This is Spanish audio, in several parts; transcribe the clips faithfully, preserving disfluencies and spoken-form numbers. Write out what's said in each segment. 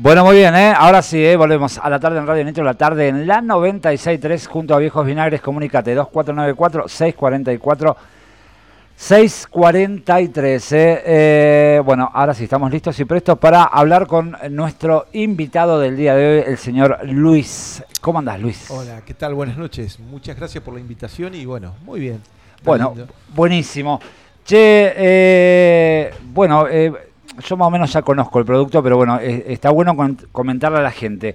Bueno, muy bien, ¿eh? Ahora sí, ¿eh? Volvemos a la tarde en Radio Nitro, la tarde en la noventa y seis punto tres junto a Viejos Vinagres. Comunícate, dos cuatro nueve cuatro, seis cuatro cuatro, seis cuatro tres. ¿eh? Eh, bueno, ahora sí, estamos listos y prestos para hablar con nuestro invitado del día de hoy, el señor Luis. ¿Cómo andás, Luis? Hola, ¿qué tal? Buenas noches. Muchas gracias por la invitación y bueno, muy bien. Bueno, lindo. Buenísimo. Che, eh, bueno... Eh, yo más o menos ya conozco el producto, pero bueno, eh, está bueno con, comentarle a la gente.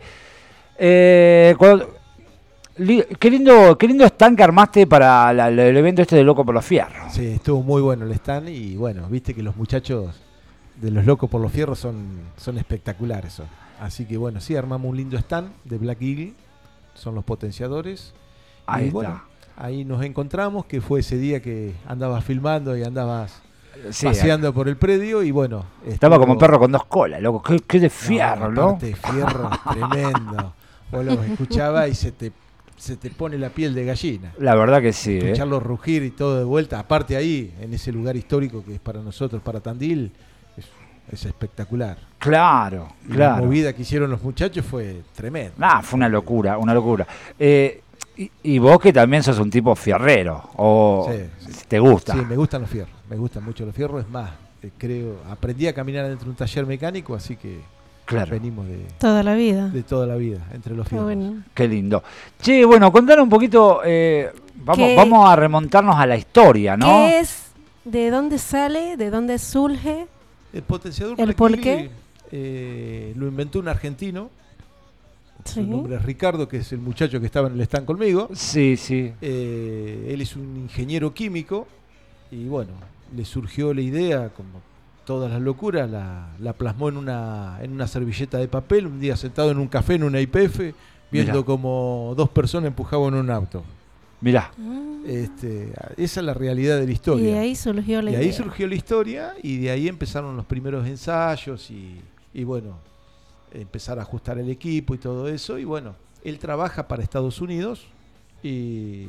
Eh, cuando, li, qué lindo qué lindo stand que armaste para la, la, el evento este de Loco por los Fierros. Sí, estuvo muy bueno el stand y bueno, viste que los muchachos de los Locos por los Fierros son, son espectaculares. Son. Así que bueno, sí, armamos un lindo stand de Black Eagle, son los potenciadores. Ahí y está. Bueno, ahí nos encontramos, que fue ese día que andabas filmando y andabas... Sí, paseando eh. por el predio y bueno... Estaba estuvo... como perro con dos colas, loco. Qué, qué de fierro, ¿no? ¿no? de fierro tremendo. Vos lo escuchabas y se te, se te pone la piel de gallina. La verdad que sí. Escucharlo eh. rugir y todo de vuelta. Aparte ahí, en ese lugar histórico que es para nosotros, para Tandil, es, es espectacular. Claro, y claro. La movida que hicieron los muchachos fue tremenda. Nah, fue una locura, una locura. Eh, y, y vos que también sos un tipo fierrero, o sí, sí. te gusta. Sí, me gustan los fierros. Me gustan mucho los fierros. Es más, eh, creo, aprendí a caminar dentro de un taller mecánico, así que claro. venimos de toda la vida. De toda la vida, entre los fierros. Bueno. Qué lindo. Che, bueno, contanos un poquito, eh, vamos, vamos a remontarnos a la historia, ¿no? ¿Qué es? ¿De dónde sale? ¿De dónde surge? El potenciador ¿El por qué? Eh, lo inventó un argentino. Sí. Su nombre es Ricardo, que es el muchacho que estaba en el stand conmigo. Sí, sí. Eh, él es un ingeniero químico y bueno, le surgió la idea, como todas las locuras, la, la plasmó en una, en una servilleta de papel, un día sentado en un café en una I P F, viendo Mirá. como dos personas empujaban un auto. Mirá. Este, esa es la realidad de la historia. Y de ahí surgió la y idea. De ahí surgió la historia y de ahí empezaron los primeros ensayos y, y bueno, empezar a ajustar el equipo y todo eso. Y bueno, él trabaja para Estados Unidos y,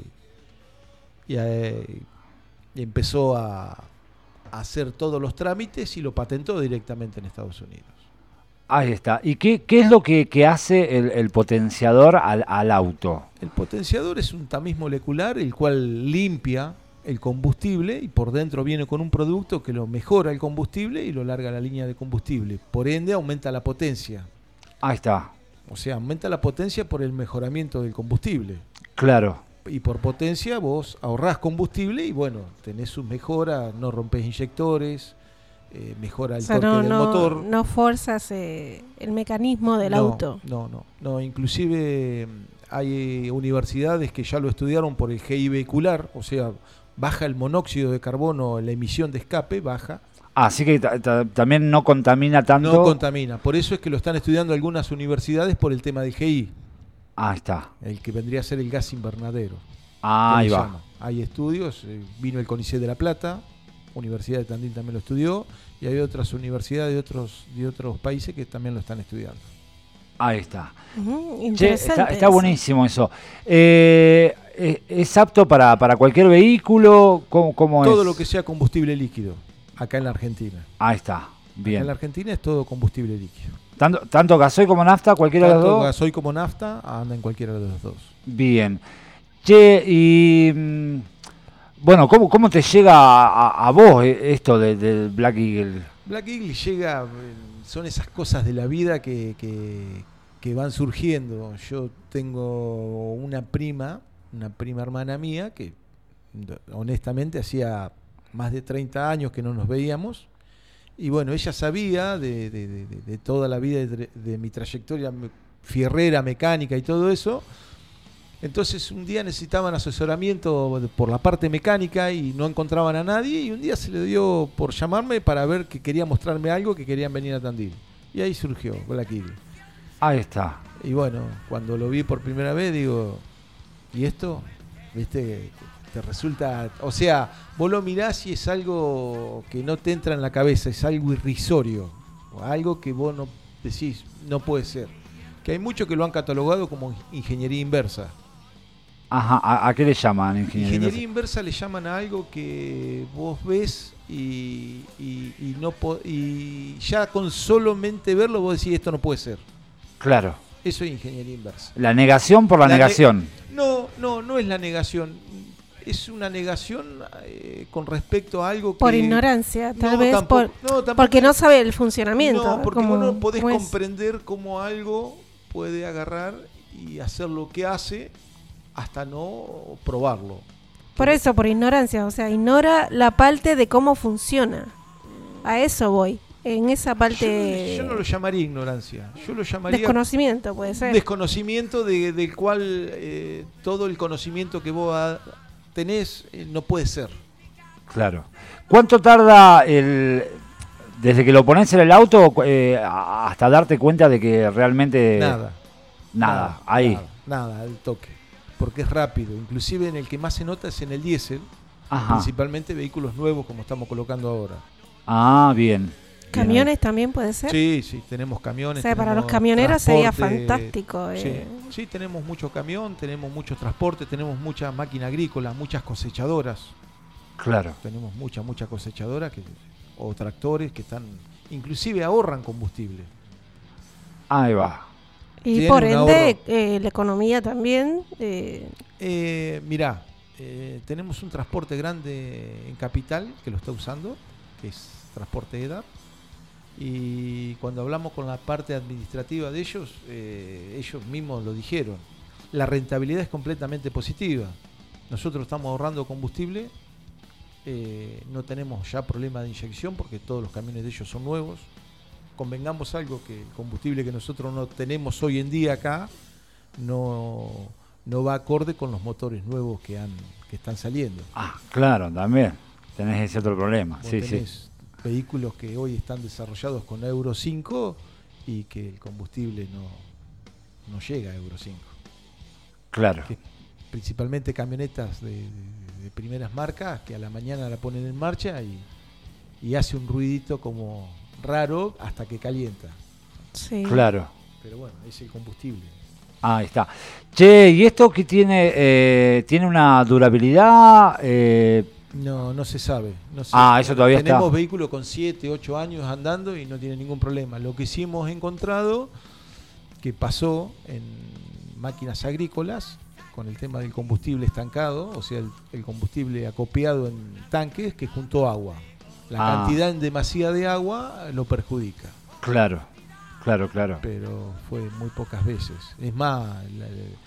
y, eh, y empezó a, a hacer todos los trámites y lo patentó directamente en Estados Unidos. Ahí está. ¿Y qué, qué es lo que, que hace el, el potenciador al, al auto? El potenciador es un tamiz molecular el cual limpia el combustible y por dentro viene con un producto que lo mejora el combustible y lo larga la línea de combustible. Por ende aumenta la potencia. Ahí está. O sea, aumenta la potencia por el mejoramiento del combustible. Claro. Y por potencia vos ahorrás combustible y bueno, tenés sus mejoras, no rompes inyectores, eh, mejora el o sea, torque no, del no, motor. No forzas eh, el mecanismo del no, auto. No, no, no. Inclusive hay universidades que ya lo estudiaron por el G I vehicular, o sea, baja el monóxido de carbono, la emisión de escape baja. Así que también no contamina tanto. No contamina, por eso es que lo están estudiando algunas universidades por el tema del G I. Ah, está. El que vendría a ser el gas invernadero. Ah, ahí va. Llama. Hay estudios, eh, vino el CONICET de La Plata, Universidad de Tandil también lo estudió, y hay otras universidades de otros, de otros países que también lo están estudiando. Ahí está. Uh-huh, che, está, está buenísimo eso. Eh, ¿Es apto para, para cualquier vehículo? ¿Cómo, cómo todo es? lo que sea combustible líquido, acá en la Argentina. Ahí está, bien. Acá en la Argentina es todo combustible líquido. ¿Tanto, tanto gasoil como nafta, cualquiera tanto de los dos? Tanto gasoil como nafta anda en cualquiera de los dos. Bien. Che, y... Bueno, ¿cómo, cómo te llega a, a vos esto del de Black Eagle? Black Eagle llega, son esas cosas de la vida que, que, que van surgiendo. Yo tengo una prima, una prima hermana mía, que honestamente hacía más de treinta años que no nos veíamos. Y bueno, ella sabía de, de, de, de toda la vida de, de mi trayectoria fierrera, mecánica y todo eso. Entonces un día necesitaban asesoramiento por la parte mecánica y no encontraban a nadie y un día se le dio por llamarme para ver que quería mostrarme algo, que querían venir a Tandil. Y ahí surgió Black Eagle. Ahí está. Y bueno, cuando lo vi por primera vez digo, ¿y esto? ¿Viste? Te resulta... O sea, vos lo mirás y es algo que no te entra en la cabeza, es algo irrisorio. O algo que vos no decís, no puede ser. Que hay muchos que lo han catalogado como ingeniería inversa. Ajá, ¿a, a qué le llaman ingeniería, ingeniería inversa? inversa le llaman a algo que vos ves y, y, y, no po y ya con solamente verlo vos decís esto no puede ser. Claro. Eso es ingeniería inversa. La negación por la, La negación. Ne- no, no, no es la negación. Es una negación eh, con respecto a algo que... Por ignorancia, tal No, vez tampoco- por, no, tampoco- porque no sabe el funcionamiento. No, porque como- vos no podés como es. comprender cómo algo puede agarrar y hacer lo que hace hasta no probarlo. Por eso, por ignorancia, o sea, ignora la parte de cómo funciona. A eso voy, en esa parte... Yo, no- yo no lo llamaría ignorancia, yo lo llamaría Desconocimiento, puede ser. desconocimiento de- del cual eh, todo el conocimiento que vos ha- tenés eh, no puede ser. Claro. ¿Cuánto tarda el desde que lo pones en el auto eh, hasta darte cuenta de que realmente... Nada. Nada, ahí. Nada, nada, al toque. Porque es rápido. Inclusive en el que más se nota es en el diésel, Ajá. principalmente vehículos nuevos como estamos colocando ahora. Ah, bien. ¿Camiones también puede ser? Sí, sí, tenemos O camiones. sea, para los tenemos camioneros sería transporte, fantástico. Sí, eh. sí, tenemos mucho camión, tenemos mucho transporte, tenemos mucha máquina agrícola, muchas cosechadoras. Claro. Tenemos muchas, muchas cosechadoras que, o tractores que están, inclusive ahorran combustible. Ahí va. Y Tiene por un ende, eh, la economía también. eh, Eh, mirá, eh, tenemos un transporte grande en Capital que lo está usando, que es Transporte E D A P. Y cuando hablamos con la parte administrativa de ellos, eh, ellos mismos lo dijeron. La rentabilidad es completamente positiva. Nosotros estamos ahorrando combustible, eh, no tenemos ya problema de inyección porque todos los camiones de ellos son nuevos. Convengamos algo, que el combustible que nosotros no tenemos hoy en día acá no, no va acorde con los motores nuevos que, han, que están saliendo. Ah, claro, también. Tenés ese otro problema. Vos Sí, sí. tenés vehículos que hoy están desarrollados con Euro cinco y que el combustible no, no llega a Euro cinco. Claro. Que principalmente camionetas de, de- de primeras marcas que a la mañana la ponen en marcha y, y hace un ruidito como raro hasta que calienta. sí. Claro. Pero bueno, es el combustible. Ahí está. Che, ¿y esto que tiene? Eh, ¿Tiene una durabilidad? Eh, No, no se sabe. No se- Ah, eso todavía está. Tenemos vehículos con siete, ocho años andando y no tiene ningún problema. Lo que sí hemos encontrado que pasó en máquinas agrícolas con el tema del combustible estancado, o sea, el, el combustible acopiado en tanques que junto agua. La Ah. cantidad en demasía de agua lo perjudica, claro, claro, claro. pero fue muy pocas veces. Es más, la-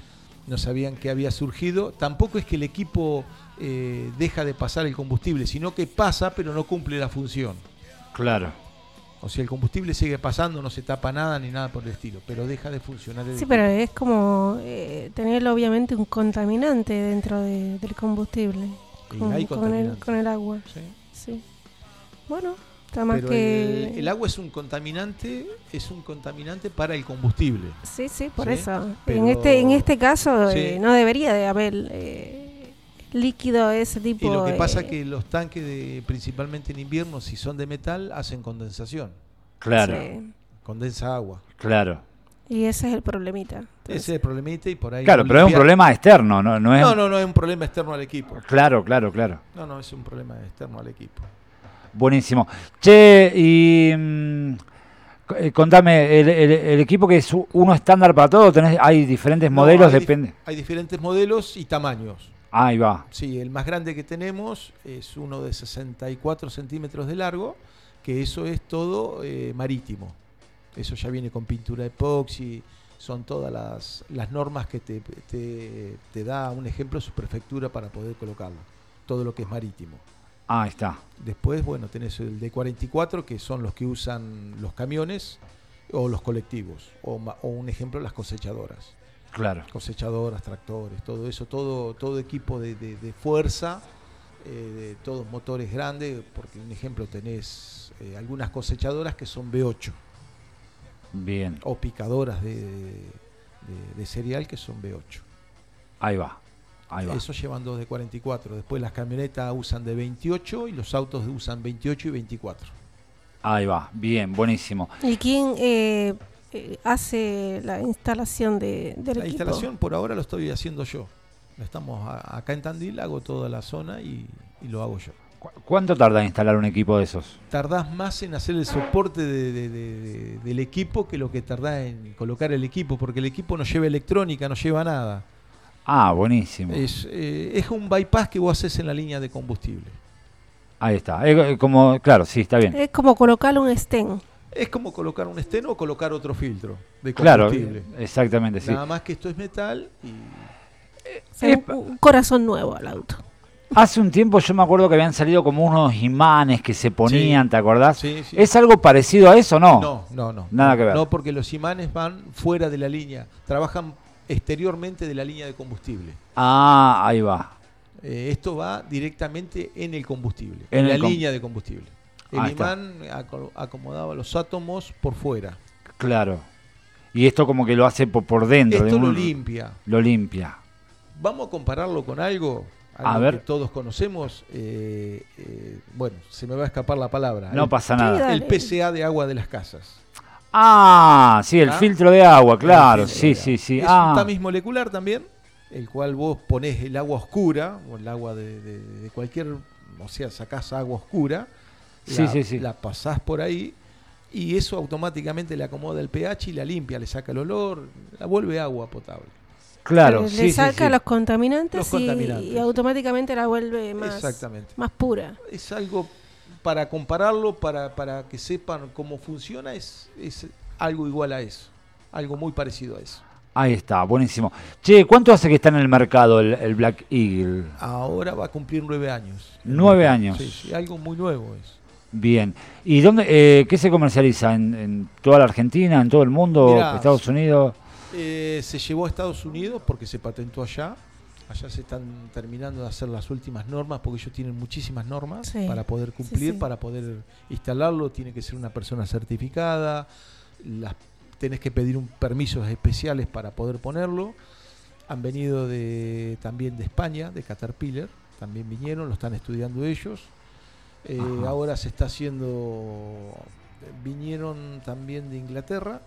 no sabían que había surgido. Tampoco es que el equipo eh, deja de pasar el combustible, sino que pasa pero no cumple la función. Claro. O sea, el combustible sigue pasando, no se tapa nada ni nada por el estilo, pero deja de funcionar el Sí, equipo. pero es como eh, tener obviamente un contaminante dentro de- del combustible. Y Con, hay con el, contaminantes. con el agua. Sí. Sí. Bueno, está más Pero que... el, el agua es un contaminante, es un contaminante para el combustible. Sí, sí, por Sí, eso. pero- En este en este caso Sí. eh, no debería de haber eh, líquido de ese tipo. Y lo que pasa eh, es que los tanques, de, principalmente en invierno, si son de metal, hacen condensación. Claro, sí. Condensa agua. claro. Y ese es el problemita. Entonces, Ese es el problemita y por ahí... Claro, no pero es un limpia- problema externo, ¿no? No es No, un- no, no es un problema externo al equipo. Claro, claro, claro. No, no, es un problema externo al equipo. Buenísimo. Che, y mm, c- eh, contame, el, el- el equipo que es u- uno estándar para todo, tenés, hay diferentes No, modelos, hay dif- depende. Hay diferentes modelos y tamaños. Ahí va. Sí, el más grande que tenemos es uno de sesenta y cuatro centímetros de largo, que eso es todo eh, marítimo. Eso ya viene con pintura epoxi, son todas las, las normas que te, te, te da, un ejemplo, su prefectura para poder colocarlo. Todo lo que es marítimo. Ahí está. Después, bueno, tenés el D cuarenta y cuatro, que son los que usan los camiones o los colectivos, o, ma- o un ejemplo, las cosechadoras. Claro. Cosechadoras, tractores, todo eso, todo, todo equipo de, de- de fuerza, eh, de todos motores grandes, porque un ejemplo tenés eh, algunas cosechadoras que son V ocho, Bien. o picadoras de, de- de cereal que son V ocho. Ahí va. Ahí va. Esos llevan dos de cuarenta y cuatro, después las camionetas usan de veintiocho y los autos usan veintiocho y veinticuatro. Ahí va. Bien, buenísimo. ¿Y quién eh, eh, hace la instalación de, del La equipo? instalación por ahora lo estoy haciendo yo. Estamos a- acá en Tandil, hago toda la zona y, y lo hago yo. ¿Cuánto tarda en instalar un equipo de esos? Tardás más en hacer el soporte de, de, de, de, del equipo que lo que tardás en colocar el equipo, porque el equipo no lleva electrónica, no lleva nada. Ah, buenísimo. Es, eh, es un bypass que vos haces en la línea de combustible. Ahí está. Es como, claro, sí, está bien. Es como colocarle un stem. Es como colocar un esteno o colocar otro filtro de combustible. Claro, exactamente, sí. Nada más que esto es metal y... Es un, un corazón nuevo al auto. Hace un tiempo yo me acuerdo que habían salido como unos imanes que se ponían, Sí. ¿te acordás? Sí, sí. ¿Es algo parecido a eso o no? No, no, no. Nada no, que ver. No, porque los imanes van fuera de la línea, trabajan exteriormente de la línea de combustible. Ah, ahí va. Eh, esto va directamente en el combustible, En en, el la com- línea de combustible. El Ahí está. imán aco- acomodaba los átomos por fuera. Claro. Y esto como que lo hace por, por dentro. Esto de lo un- limpia. Lo limpia. Vamos a compararlo con algo, A algo ver. que todos conocemos. eh, eh, bueno, se me va a escapar la palabra. No el, pasa nada. dale. el P C A de agua de las casas. Ah, sí, el ¿Ah? filtro de agua, claro. El filtro Sí, de sí, agua. sí. Es Ah, un tamiz molecular también, el cual vos ponés el agua oscura, o el agua de, de- de cualquier, o sea, sacás agua oscura, Sí, la, sí, sí. la pasás por ahí, y eso automáticamente le acomoda el pH y la limpia, le saca el olor, la vuelve agua potable. claro. Le sí, sí, saca sí. los contaminantes, Los y- contaminantes. Y, automáticamente la vuelve más, Exactamente. más pura. Es algo para compararlo, para, para que sepan cómo funciona, es, es algo igual a eso, algo muy parecido a eso. Ahí está, buenísimo. Che, ¿cuánto hace que está en el mercado el, el Black Eagle? Ahora va a cumplir nueve años. Nueve años. Sí, sí, algo muy nuevo es. Bien. ¿Y dónde, eh, qué se comercializa? ¿En, en toda la Argentina, en todo el mundo, Mirá, Estados Unidos? Eh, se llevó a Estados Unidos porque se patentó allá. Allá se están terminando de hacer las últimas normas porque ellos tienen muchísimas normas Sí, para poder cumplir, sí, sí. para poder instalarlo. Tiene que ser una persona certificada. Las, tenés que pedir un permisos especiales para poder ponerlo. Han venido de, también de España, de Caterpillar. También vinieron, lo están estudiando ellos. Eh, Ajá. ahora se está haciendo... Vinieron también de Inglaterra,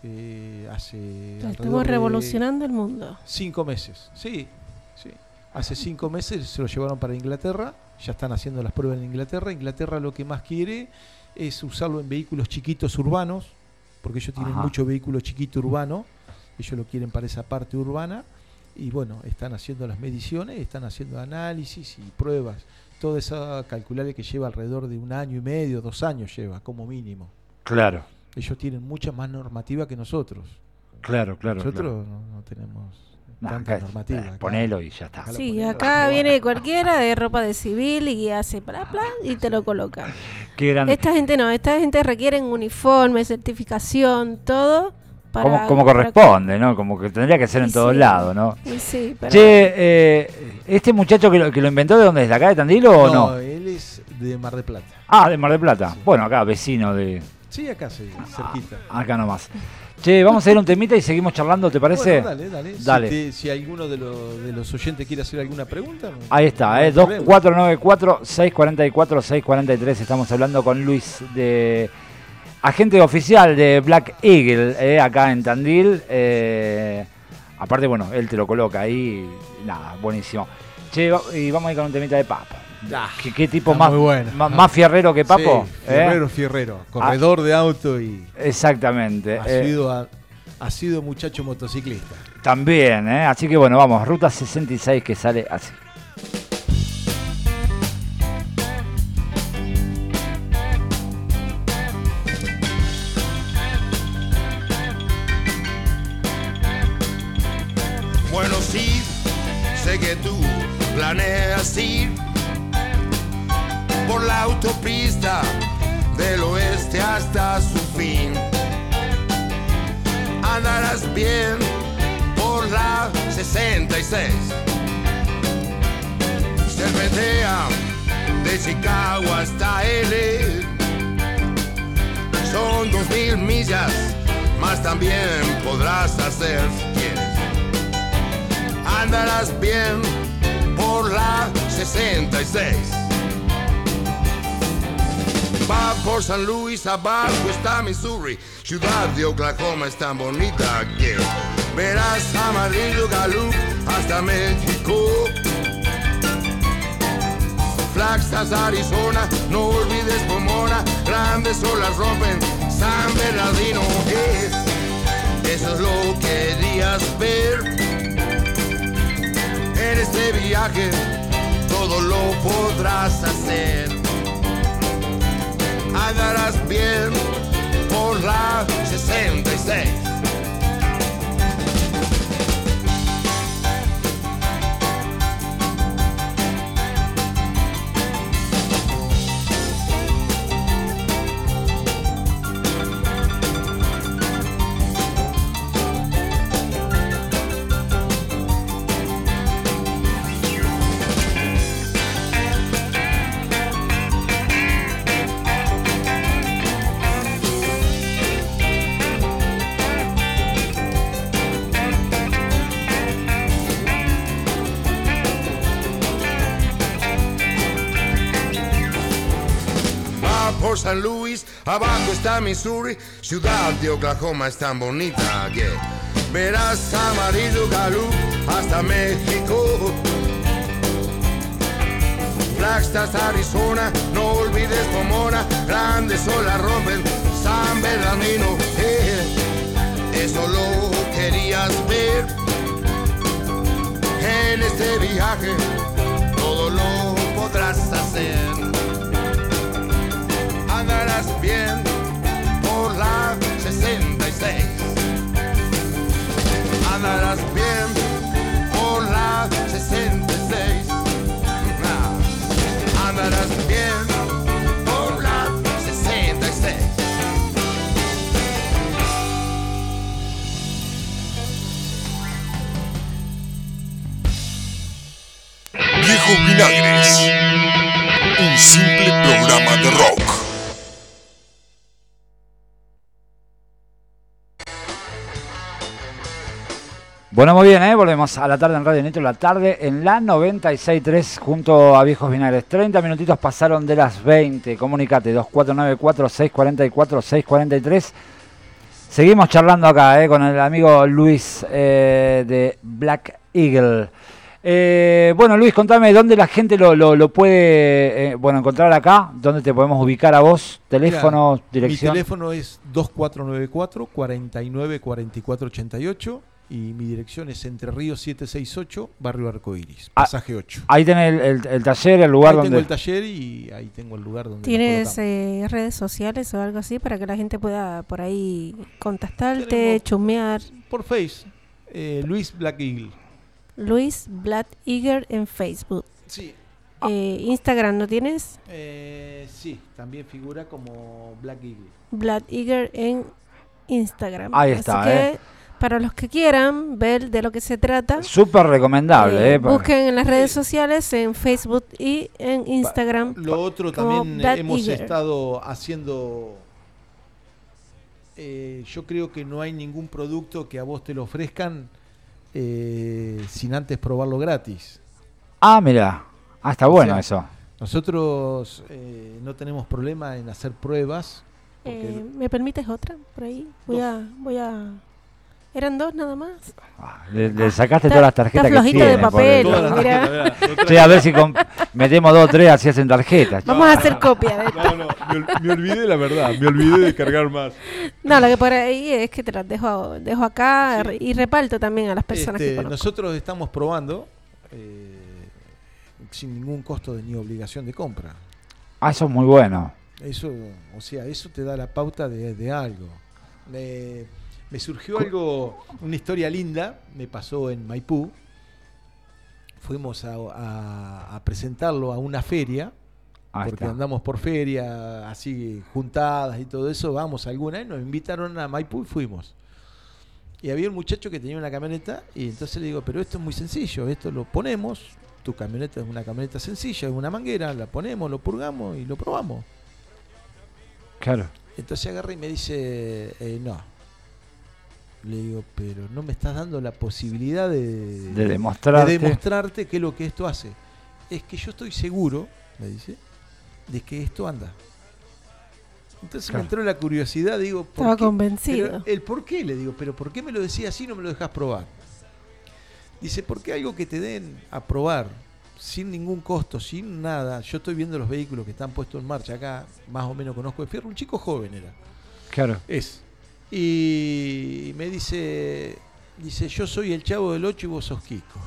que hace... Estamos alrededor de revolucionando el mundo. Cinco meses, sí, sí. Hace cinco meses se lo llevaron para Inglaterra, ya están haciendo las pruebas en Inglaterra. Inglaterra lo que más quiere es usarlo en vehículos chiquitos urbanos, porque ellos tienen Ajá. mucho vehículo chiquito urbano, ellos lo quieren para esa parte urbana, y bueno, están haciendo las mediciones, están haciendo análisis y pruebas. Todo eso calcularle que lleva alrededor de un año y medio, dos años lleva, como mínimo. Claro, Ellos tienen mucha más normativa que nosotros. claro, claro. Nosotros claro. no, no tenemos Nah, tanta acá- normativa. eh, acá. ponelo y ya está. Acá lo Sí, ponelo, acá lo viene ponelo. cualquiera de ropa de civil y hace bla bla y te lo coloca. Qué grande. Esta gente no, esta gente requiere un uniforme, certificación, todo. Para, Como, como para- corresponde, ¿no? Como que tendría que ser en Y todos sí. lados, ¿no? Y sí, pero Che, eh, ¿este muchacho que lo, que lo inventó de dónde es? ¿De acá de Tandil o no? No, él es de Mar del Plata. Ah, de Mar del Plata. Sí. Bueno, acá, vecino de... Sí, acá sí, cerquita. Acá nomás. Che, vamos a ir a un temita y seguimos charlando, ¿te parece? Bueno, dale, dale. Dale. Si, te- si alguno de, los de los oyentes quiere hacer alguna pregunta. no- Ahí no está, hay eh, dos problema. cuatro nueve cuatro, seis cuatro cuatro, seis cuatro tres. Estamos hablando con Luis, de agente oficial de Black Eagle, eh, acá en Tandil. Eh, aparte, bueno, él te lo coloca ahí. y Nada, buenísimo. Che, va- y vamos a ir con un temita de Papo. Ah, ¿Qué, qué tipo está más, muy bueno. más, más fierrero que Papo? Sí, ¿eh? fierrero, fierrero. Corredor de auto y Exactamente. ha, eh, sido, ha, ha sido muchacho motociclista. También, ¿eh? Así que bueno, vamos, Ruta sesenta y seis que sale así. Bueno, sí, sé que tú planeas ir por la autopista del oeste hasta su fin. Andarás bien por la sesenta y seis. Serpentea de Chicago hasta L A. Son dos mil millas, más también podrás hacer si quieres. Andarás bien por la sesenta y seis. Va por San Luis, abajo está Missouri. Ciudad de Oklahoma es tan bonita que verás Amarillo, Gallup hasta México. Flagstaff, Arizona, no olvides Pomona, grandes olas rompen San Bernardino. Eh, eso es lo que querías ver. En este viaje todo lo podrás hacer. Andarás bien por la sesenta y seis. Por San Luis, abajo está Missouri, ciudad de Oklahoma es tan bonita que verás Amarillo, Gallup hasta México. Flagstaff, Arizona, no olvides Pomona, grandes olas rompen San Bernardino. Eh, eso lo querías ver. En este viaje todo lo podrás hacer. Andarás bien por la sesenta y seis. Andarás bien por la sesenta y seis. Andarás bien por la sesenta y seis. Viejos Vinagres, un simple programa de rock. Bueno, muy bien, ¿eh? Volvemos a la tarde en Radio Nitro, la tarde en la noventa y seis punto tres junto a Viejos Vinagres. treinta minutitos pasaron de las veinte. Comunicate, dos cuatro nueve cuatro, seis cuatro cuatro, seis cuatro tres. Seguimos charlando acá, ¿eh? Con el amigo Luis eh, de Black Eagle. Eh, bueno, Luis, contame dónde la gente lo, lo, lo puede eh, bueno, encontrar acá, dónde te podemos ubicar a vos, teléfono, Mirá, dirección. Mi teléfono es dos cuatro nueve cuatro, cuatro nueve cuatro cuatro ocho ocho. Y mi dirección es Entre Ríos setecientos sesenta y ocho, Barrio Arcoiris, pasaje ocho. Ahí tenés el, el, el taller, el lugar ahí donde... tengo el taller y ahí tengo el lugar donde... ¿Tienes eh, redes sociales o algo así para que la gente pueda por ahí contactarte, Tenemos chusmear? Por Face, eh, Luis Black Eagle. Luis Black Eagle en Facebook. Sí. Eh, Instagram, ¿no tienes? Eh, sí, también figura como Black Eagle. Black Eagle en Instagram. Ahí está, Así que, eh. para los que quieran ver de lo que se trata, súper recomendable, eh, eh, para- busquen en las redes sociales, en Facebook y en Instagram. Lo otro como también Black hemos Eagle. estado haciendo. Eh, yo creo que no hay ningún producto que a vos te lo ofrezcan eh, sin antes probarlo gratis. Ah, mira, ah, está O bueno sea, eso. Nosotros eh, no tenemos problema en hacer pruebas. Porque Eh, ¿Me permites otra por ahí? Voy Dos. a, voy a. Eran dos nada más. Ah, le, le sacaste Está- todas las tarjetas está que flojito tiene. de papel, por el- Todas las mira. tarjetas, ¿verdad? Sí, a ver si com- metemos dos o tres así hacen tarjetas. Vamos a hacer copia de esto. No, no, me, ol- me olvidé la verdad, me olvidé de cargar más. No, lo que por ahí es que te las dejo, dejo acá Sí. y reparto también a las personas Este, que conozco. nosotros estamos probando eh, sin ningún costo de ni obligación de compra. Ah, eso es muy bueno. Eso, o sea, eso te da la pauta de, de algo. Me, me surgió algo, una historia linda, me pasó en Maipú. Fuimos a, a- a presentarlo a una feria, Ahí porque está. andamos por feria, así juntadas y todo eso, vamos a alguna, y nos invitaron a Maipú y fuimos. Y había un muchacho que tenía una camioneta, y entonces le digo, pero esto es muy sencillo, esto lo ponemos, tu camioneta es una camioneta sencilla, es una manguera, la ponemos, lo purgamos y lo probamos. Claro. Entonces agarra y me dice, eh, no. Le digo, pero no me estás dando la posibilidad de, De demostrarte. de demostrarte qué es lo que esto hace. Es que yo estoy seguro, me dice, de que esto anda. Entonces Claro. me entró la curiosidad, digo, ¿por Estaba qué? convencido. Pero el por qué, le digo, pero ¿por qué me lo decís así y no me lo dejas probar? Dice, porque algo que te den a probar sin ningún costo, sin nada. Yo estoy viendo los vehículos que están puestos en marcha acá, más o menos conozco de Fierro, un chico joven era. Claro. Es. Y me dice, dice, yo soy el Chavo del Ocho y vos sos Kiko.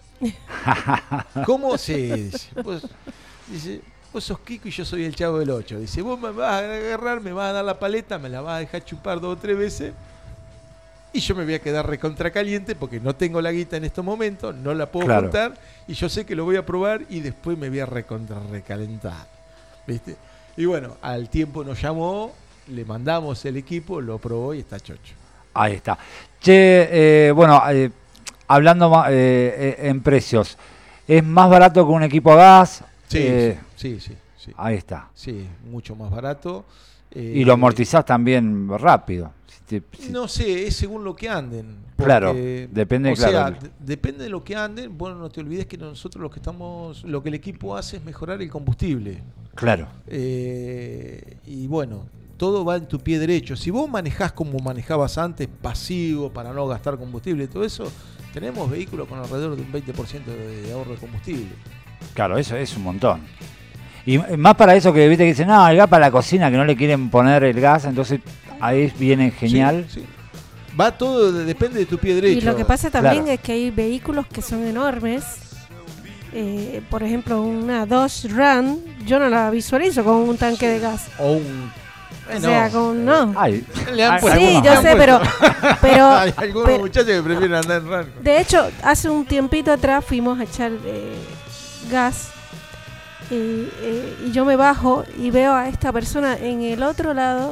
¿Cómo? Sí, dice, vos, dice, vos sos Kiko y yo soy el Chavo del Ocho. Dice, vos me vas a agarrar, me vas a dar la paleta, me la vas a dejar chupar dos o tres veces y yo me voy a quedar recontra caliente porque no tengo la guita en estos momentos, no la puedo Claro. contar y yo sé que lo voy a probar y después me voy a recontra recalentar. ¿Viste? Y bueno, al tiempo nos llamó, le mandamos el equipo, lo probó y está chocho. Ahí está. Che, eh, bueno, eh, hablando ma- eh, eh, en precios, ¿es más barato que un equipo a gas? Sí, Eh, sí, sí, sí. Ahí está. Sí, mucho más barato. Eh, Y lo amortizás también rápido. Si te- si- No sé, es según lo que anden. Claro, porque, depende, o claro. sea, de- depende de lo que anden. Bueno, no te olvides que nosotros lo que estamos, lo que el equipo hace es mejorar el combustible. Claro. Eh, y bueno, todo va en tu pie derecho. Si vos manejás como manejabas antes, pasivo, para no gastar combustible y todo eso, tenemos vehículos con alrededor de un veinte por ciento de, de ahorro de combustible. Claro, eso es un montón. Y m- más para eso que viste que dicen, no, el gas para la cocina, que no le quieren poner el gas, entonces ahí viene genial. Sí, sí. Va todo, de- depende de tu pie derecho. Y lo que pasa también Claro. es que hay vehículos que son enormes. Eh, por ejemplo, una Dodge Ram, yo no la visualizo con un tanque de gas. O un... eh, O sea, no. con no. Ay, Le han hay- puesto- Sí, algunos yo hay. sé, pero, pero Hay algunos pero- muchachos que prefieren andar en rango. de hecho, hace un tiempito atrás fuimos a echar eh, gas eh, eh, y yo me bajo y veo a esta persona en el otro lado,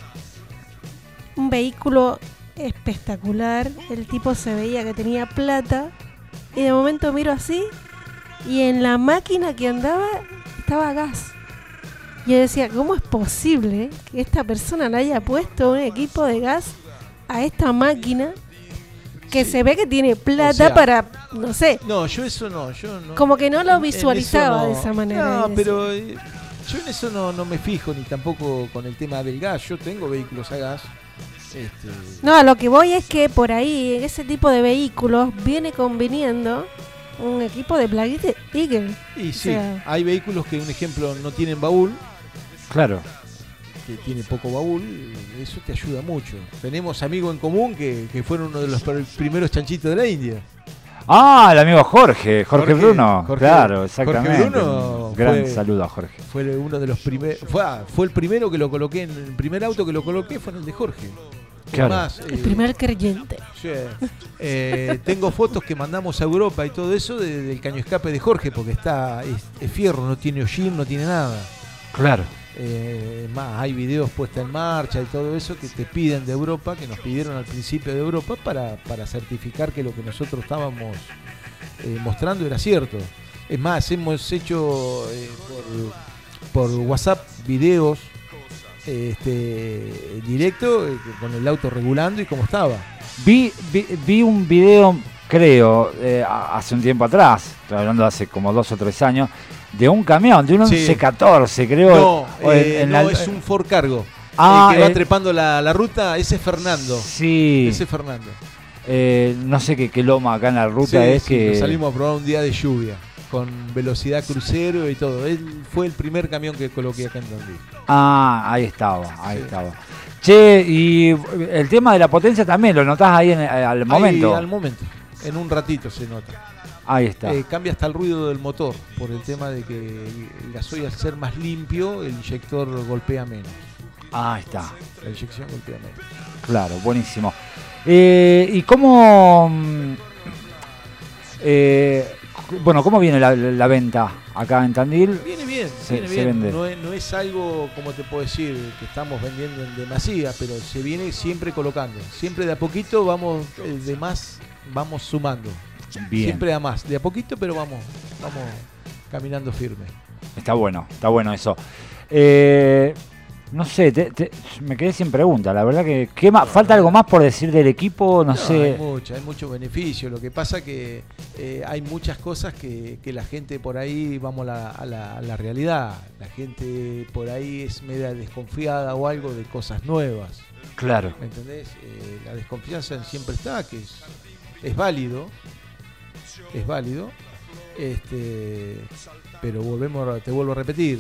un vehículo espectacular, el tipo se veía que tenía plata y de momento miro así y en la máquina que andaba estaba gas. Yo decía, ¿cómo es posible que esta persona le haya puesto un equipo de gas a esta máquina que Sí. se ve que tiene plata O sea, para, no sé, No, yo eso no, yo no. como que no en- lo en visualizaba eso no. de esa manera? No, y decía, pero eh, yo en eso no, no me fijo, ni tampoco con el tema del gas. Yo tengo vehículos a gas. Este, No, a lo que voy es que por ahí, en ese tipo de vehículos, viene conveniendo un equipo de Black Eagle. y sí, sea- hay vehículos que, un ejemplo, no tienen baúl, claro. que tiene poco baúl, eso te ayuda mucho. Tenemos amigos en común que, que fueron uno de los pr- primeros chanchitos de la India. Ah, el amigo Jorge, Jorge, Jorge- Bruno. Jorge- claro, Jorge exactamente. Bruno Un gran fue- saludo a Jorge. Fue uno de los primeros, fue, ah, fue el primero que lo coloqué, en el primer auto que lo coloqué fue en el de Jorge. Claro. Además, El eh, primer creyente. sí, eh, tengo fotos que mandamos a Europa y todo eso de- del caño escape de Jorge, porque está es, es fierro, no tiene hollín, no tiene nada. Claro. Eh, más, hay videos puestos en marcha y todo eso que te piden de Europa, que nos pidieron al principio de Europa para, para certificar que lo que nosotros estábamos eh, mostrando era cierto. Es más, hemos hecho eh, por, por WhatsApp videos eh, este, directo eh, con el auto regulando y cómo estaba. Vi, vi, vi un video, creo, eh, a- hace un tiempo atrás, estoy hablando de hace como dos o tres años, de un camión, de un Sí. once catorce, creo. No, o en- eh, en no la- es un Ford Cargo. Ah, el que va eh, trepando la, la ruta, ese es Fernando. Sí, Ese es Fernando. eh, no sé qué, qué loma acá en la ruta Sí, es sí, que... nos salimos a probar un día de lluvia, con velocidad crucero y todo. Él fue el primer camión que coloqué acá en Tandil. Ah, ahí estaba, ahí Sí. estaba. Che, y el tema de la potencia también, ¿lo notás ahí en, al Ahí, momento? al momento. En un ratito se nota. Ahí está. Eh, cambia hasta el ruido del motor, por el tema de que el gasoil, al ser más limpio, el inyector golpea menos. Ahí está. La inyección golpea menos. Claro, buenísimo. Eh, ¿Y cómo... mm, eh, bueno, cómo viene la, la venta acá en Tandil? Viene bien, Se- viene se bien. vende. No es, no es algo, como te puedo decir, que estamos vendiendo en demasía, pero se viene siempre colocando. Siempre de a poquito vamos, eh, de más, vamos sumando. Bien, Siempre a más, de a poquito, pero vamos, vamos caminando firme. está bueno, está bueno eso. Eh, no sé, te- te- me quedé sin pregunta, la verdad que... ¿qué más? ¿Falta algo más por decir del equipo? No, No, sé. hay mucho, hay mucho beneficio. Lo que pasa que eh, hay muchas cosas que, que la gente por ahí, vamos a la, a, la, a la realidad, la gente por ahí es media desconfiada o algo de cosas nuevas. Claro, ¿Me entendés? Eh, la desconfianza siempre está, que es, es válido, es válido, Este, pero volvemos, a- te vuelvo a repetir,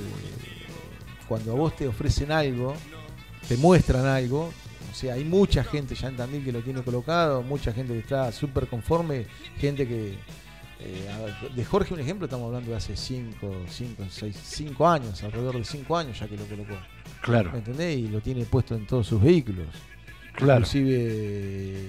cuando a vos te ofrecen algo, te muestran algo, o sea, hay mucha gente ya en Tandil que lo tiene colocado, mucha gente que está súper conforme, gente que, eh, a- de Jorge un ejemplo, estamos hablando de hace cinco, cinco, seis, cinco años, alrededor de cinco años ya que lo colocó, Claro, ¿me entendés? Y lo tiene puesto en todos sus vehículos. claro. Inclusive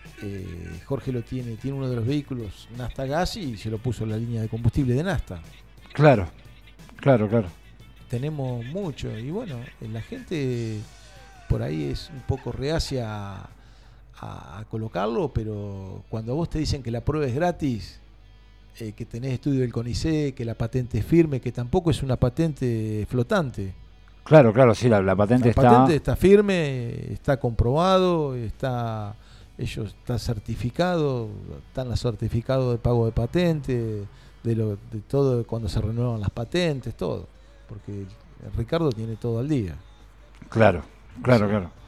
eh, Jorge lo tiene, tiene uno de los vehículos Nasta Gas y se lo puso en la línea de combustible de Nasta. Claro, claro, claro. Tenemos mucho y bueno, eh, la gente por ahí es un poco reacia a, a- a colocarlo, pero cuando a vos te dicen que la prueba es gratis, eh, que tenés estudio del CONICET, que la patente es firme, que tampoco es una patente flotante. Claro, claro, sí, la, la patente La está... patente está firme, está comprobado, está ellos está certificado, están los certificados de pago de patente, de lo de todo cuando se renuevan las patentes, todo, porque Ricardo tiene todo al día. Claro, claro, Sí. claro.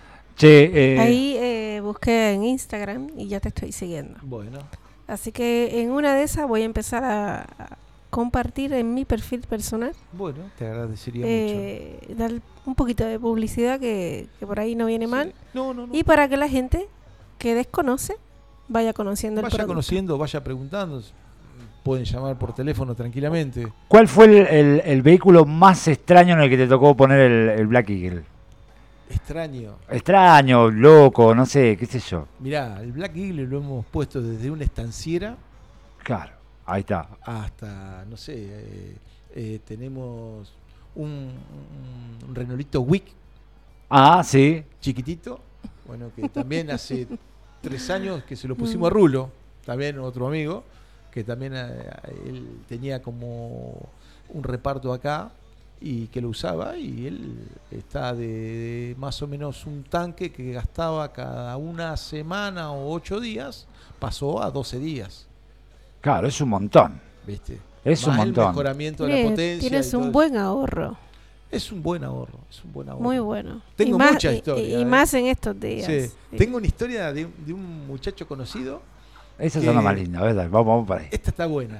Che, eh, Ahí eh, busqué en Instagram y ya te estoy siguiendo. Bueno, Así que en una de esas voy a empezar a, a compartir en mi perfil personal, bueno, te agradecería eh, dar un poquito de publicidad que, que por ahí no viene mucho. mal. Sí. No, no, no. Y para que la gente que desconoce vaya conociendo el Vaya producto. conociendo, vaya preguntando, pueden llamar por teléfono tranquilamente. ¿cuál fue el, el- el vehículo más extraño en el que te tocó poner el, el Black Eagle? Extraño. Extraño, loco, no sé, qué sé yo. Mirá, el Black Eagle lo hemos puesto desde una estanciera Claro, ahí está. hasta, no sé, eh, eh, tenemos un, un, un Renolito Wick Ah, sí, chiquitito, bueno, que también hace tres años que se lo pusimos a Rulo, también otro amigo, que también eh, él tenía como un reparto acá y que lo usaba y él está de, de más o menos un tanque que gastaba cada una semana o ocho días, pasó a doce días, claro, es un montón. ¿viste? Es un Más montón. el mejoramiento de la Tienes, potencia. tienes y todo un eso. buen ahorro, Es un buen ahorro, es un buen ahorro. muy bueno. Tengo y más, mucha y- historia, Y, ¿eh? más en estos días. Sí. Sí. Tengo una historia de, un- de un muchacho conocido. Esa que- es la más linda, ¿verdad? Vamos, vamos para ahí. Esta está buena.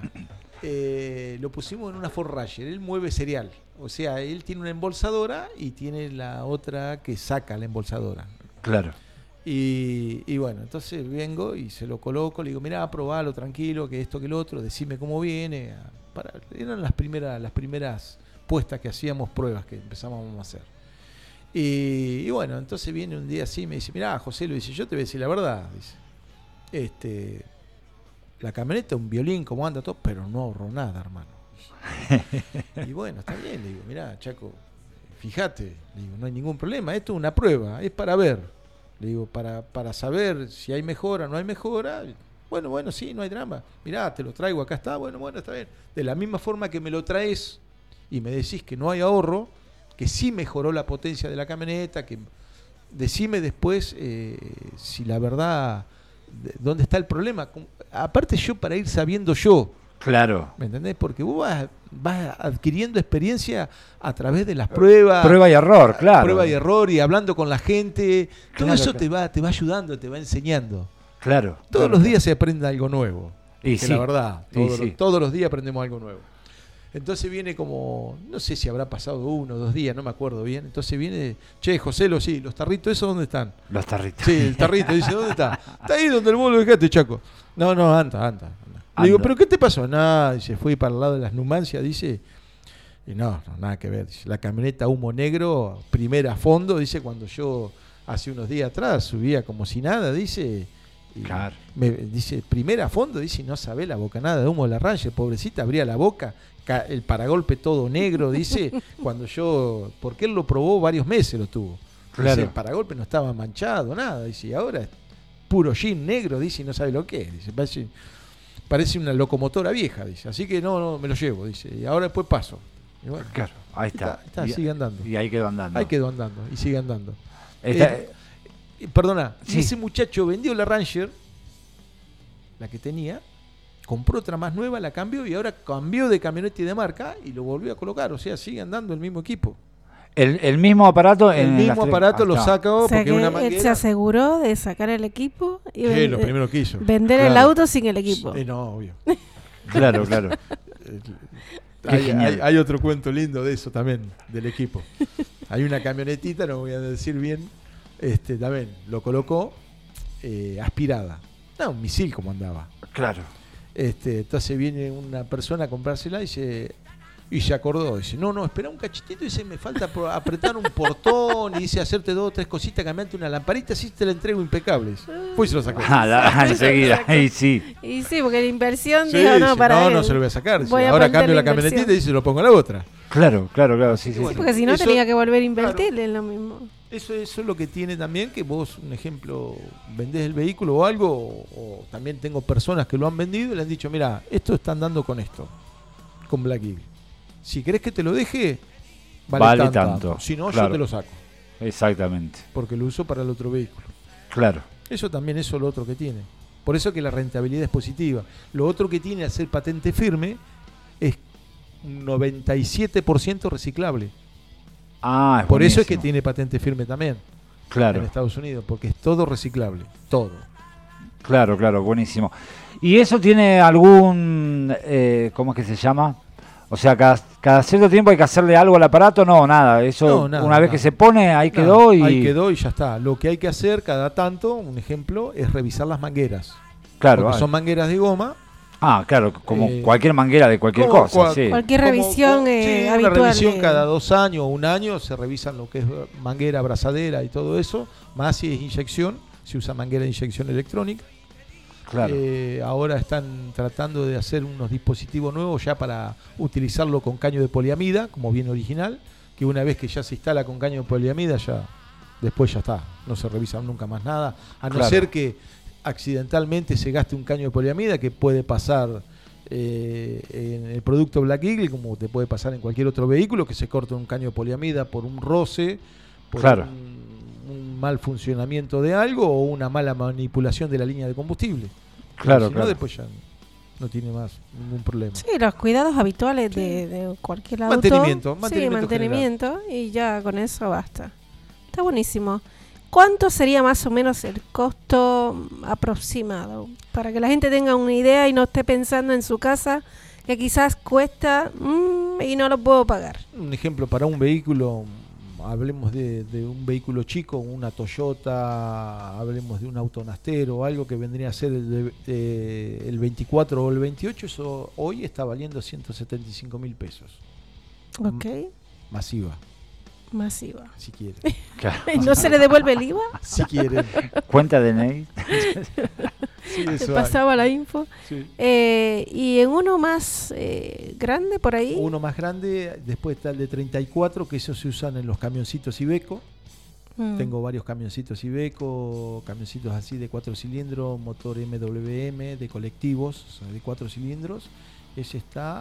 Eh, lo pusimos en una Ford Ranger. Él mueve cereal. O sea, él tiene una embolsadora y tiene la otra que saca la embolsadora. Claro, Y, y bueno, entonces vengo y se lo coloco. Le digo, mirá, probalo tranquilo, que esto, que lo otro. Decime cómo viene. Para, eran las primeras, las primeras puestas que hacíamos pruebas que empezamos a hacer. Y, y bueno, entonces viene un día así y me dice, mirá, José, lo dice, yo te voy a decir la verdad. Dice, este, la camioneta, un violín, como anda todo, pero no ahorro nada, hermano. Y bueno, está bien, le digo, mirá, Chaco, fíjate, le digo, no hay ningún problema, esto es una prueba, es para ver. Le digo, para, para saber si hay mejora o no hay mejora. Bueno, bueno, sí, no hay drama. Mirá, te lo traigo, acá está, bueno, bueno, está bien. De la misma forma que me lo traes y me decís que no hay ahorro, que sí mejoró la potencia de la camioneta, que decime después eh, si la verdad, de- dónde está el problema. Como- Aparte yo para ir sabiendo yo, claro. ¿me entendés? Porque vos vas, vas adquiriendo experiencia a través de las pruebas. Prueba y error, claro. Prueba y error y hablando con la gente. Todo Claro, eso claro. te va, te va ayudando, te va enseñando. Claro. Todos claro, los claro. días se aprende algo nuevo. Y que sí. la verdad, Y todos, sí. los, todos los días aprendemos algo nuevo. Entonces viene como, no sé si habrá pasado uno o dos días, no me acuerdo bien. Entonces viene, che, José, lo sí, los tarritos, ¿esos dónde están? Los tarritos. Sí, el tarrito, dice, ¿dónde está? Está ahí donde el vos lo dejaste, Chaco. No, no, anda, anda. anda. Le digo, Anda. ¿pero qué te pasó? Nada, dice, fui para el lado de las Numancias, dice. Y no, no, nada que ver. Dice, la camioneta humo negro, primera a fondo, dice, cuando yo hace unos días atrás subía como si nada, dice. Y Claro. me dice, primera a fondo, dice, y no sabe la bocanada de humo de la Ranger, pobrecita, abría la boca, ca- el paragolpe todo negro, dice, cuando yo, porque él lo probó varios meses, lo tuvo. Claro. Dice, el paragolpe no estaba manchado, nada, dice, y ahora es puro jean negro, dice, y no sabe lo que es, dice, parece, parece una locomotora vieja, dice, así que no, no, me lo llevo, dice, y ahora después paso. Y bueno, Claro, ahí está. está, está, y, sigue andando. y ahí quedó andando. Ahí quedó andando, y sigue andando. Está- Eh, Eh, Perdona, Sí. y ese muchacho vendió la Ranger, la que tenía, compró otra más nueva, la cambió y ahora cambió de camioneta y de marca y lo volvió a colocar. O sea, sigue andando el mismo equipo. el, el mismo aparato. El en mismo las tres- aparato ahí lo está. sacó O sea porque que es una él se manguera. aseguró de sacar el equipo y Sí, ven- lo primero que hizo. vender el Claro. auto sin el equipo. Eh, no, obvio. Claro, claro. Hay, hay, hay otro cuento lindo de eso también, del equipo. Hay una camionetita, no voy a decir bien, este también lo colocó eh, aspirada. No, un misil como andaba. Claro. Este, entonces viene una persona a comprársela y se, y se acordó. Dice, no, no, espera un cachitito. Dice, me falta por apretar un portón. Y dice, hacerte dos o tres cositas, cambiarte una lamparita, así te la entrego impecables. Pues se lo sacó. Ah, la, enseguida. Y sí. Y sí, porque la inversión, Sí, dijo, no, dice, para no, él. no se lo voy a sacar. Dice, Voy a ahora poner cambio la la camionetita inversión. y se lo pongo a la otra. Claro, claro, claro. Sí, sí, Bueno, sí. Porque si no Eso- tenía que volver a invertir claro. en lo mismo. Eso, eso es lo que tiene también, que vos, un ejemplo, vendés el vehículo o algo, o, o también tengo personas que lo han vendido y le han dicho, mira, esto está andando con esto, con Black Eagle. Si querés que te lo deje, vale, Vale tanto. tanto, Si no, claro. yo te lo saco, Exactamente. porque lo uso para el otro vehículo. Claro. Eso también es lo otro que tiene. Por eso que la rentabilidad es positiva. Lo otro que tiene al ser patente firme es un noventa y siete por ciento reciclable. Ah, es Por eso es que buenísimo. tiene patente firme también en Claro, Estados Unidos, porque es todo reciclable, todo. claro, claro, buenísimo. ¿Y eso tiene algún, eh, cómo es que se llama? O sea, cada, cada cierto tiempo hay que hacerle algo al aparato, no, nada. Eso, No, nada, una vez nada. que se pone, ahí Nada, quedó y... Ahí quedó y ya está. Lo que hay que hacer cada tanto, un ejemplo, es revisar las mangueras. Claro. Porque ah, son mangueras de goma. Ah, claro, como Eh, cualquier manguera de cualquier como cosa, cua- sí. Cualquier Como- revisión como- eh, sí, habitual. una revisión eh. cada dos años o un año se revisan lo que es manguera, abrazadera y todo eso. Más si es inyección, se usa manguera de inyección electrónica. Claro. Eh, ahora están tratando de hacer unos dispositivos nuevos ya para utilizarlo con caño de poliamida, como bien original, que una vez que ya se instala con caño de poliamida, ya después ya está, no se revisa nunca más nada, a no Claro. ser que accidentalmente se gaste un caño de poliamida, que puede pasar eh, en el producto Black Eagle, como te puede pasar en cualquier otro vehículo, que se corta un caño de poliamida por un roce, por Claro. un, un mal funcionamiento de algo o una mala manipulación de la línea de combustible. Claro, Si no, claro. después ya no tiene más ningún problema. Sí, los cuidados habituales de, de cualquier auto. Mantenimiento, Sí, mantenimiento mantenimiento y ya con eso basta. Está buenísimo. ¿Cuánto sería más o menos el costo aproximado? Para que la gente tenga una idea y no esté pensando en su casa que quizás cuesta mm, y no lo puedo pagar. Un ejemplo para un vehículo, hablemos de, de un vehículo chico, una Toyota, hablemos de un autonastero, algo que vendría a ser el, de- eh, el veinticuatro o el veintiocho, eso hoy está valiendo ciento setenta y cinco mil pesos. Ok, Masiva, masiva. si quieren. Claro. ¿Y no se le devuelve el I V A? Si quieren. Cuenta de N I. Sí, Te eso hay. pasaba la info. Sí. Eh, y en uno más eh, grande por ahí. Uno más grande, después está el de treinta y cuatro, que esos se usan en los camioncitos Iveco. Mm. Tengo varios camioncitos Iveco, camioncitos así de cuatro cilindros, motor M W M, de colectivos, o sea, de cuatro cilindros. Ese está,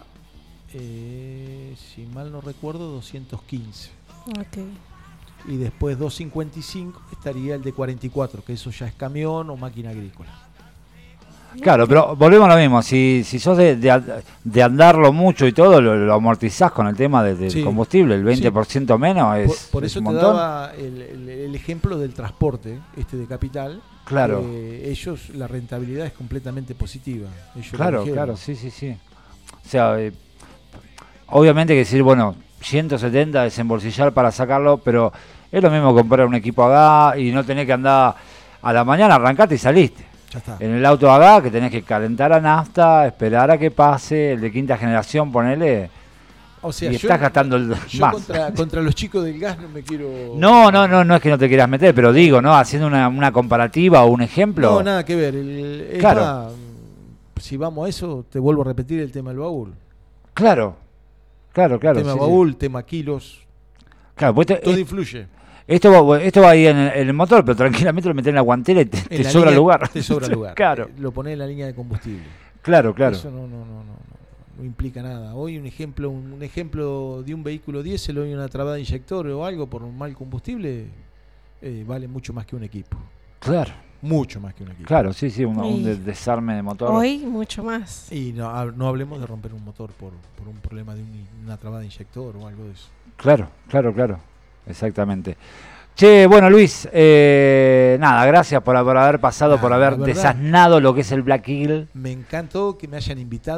eh, si mal no recuerdo, doscientos quince. Ok. Y después doscientos cincuenta y cinco estaría el de cuarenta y cuatro, que eso ya es camión o máquina agrícola. Claro, pero volvemos a lo mismo. Si, si sos de, de, de andarlo mucho y todo, lo, lo amortizás con el tema de- del Sí. combustible. El veinte por ciento menos es, Por, por es eso un te montón. daba el, el- el ejemplo del transporte, este de capital. Claro. Eh, ellos, la rentabilidad es completamente positiva. Ellos lo Claro, dijeron. claro, sí, sí, sí. O sea, eh, obviamente que decir, bueno, ciento setenta desembolsillar para sacarlo, pero es lo mismo comprar un equipo acá y no tener que andar a la mañana, arrancate y saliste. Ya está. En el auto acá, que tenés que calentar a nafta, esperar a que pase, el de quinta generación, ponele, O sea, y yo, estás gastando el yo más. contra, contra los chicos del gas no me quiero... No, no, no, no es que no te quieras meter, pero digo, ¿no? Haciendo una, una comparativa o un ejemplo. No, nada que ver. El, es Claro. más, si vamos a eso, te vuelvo a repetir el tema del baúl. Claro, claro, claro. tema sí, sí. baúl, tema kilos, Claro, pues te- todo es- influye. esto, va, esto va ahí en el, en el motor, pero tranquilamente lo metés en la guantera y te, En te la sobra línea- lugar. Te sobra lugar. Claro, Eh, Lo ponés en la línea de combustible. claro, claro. Eso no, no, no, no, no, no implica nada. Hoy un ejemplo, un, un ejemplo de un vehículo diésel, hoy una trabada de inyector o algo por un mal combustible, eh, vale mucho más que un equipo. Claro, Mucho más que un equipo. claro, sí, sí, un, un Y- de- desarme de motor. Hoy mucho más. Y no, hab- no hablemos de romper un motor por, por un problema de un- una trabada de inyector o algo de eso. Claro, claro, claro, exactamente. Che, bueno, Luis, eh, nada, gracias por, por haber pasado, Ah, por la haber verdad. desasnado lo que es el Black Eagle. Me encantó que me hayan invitado.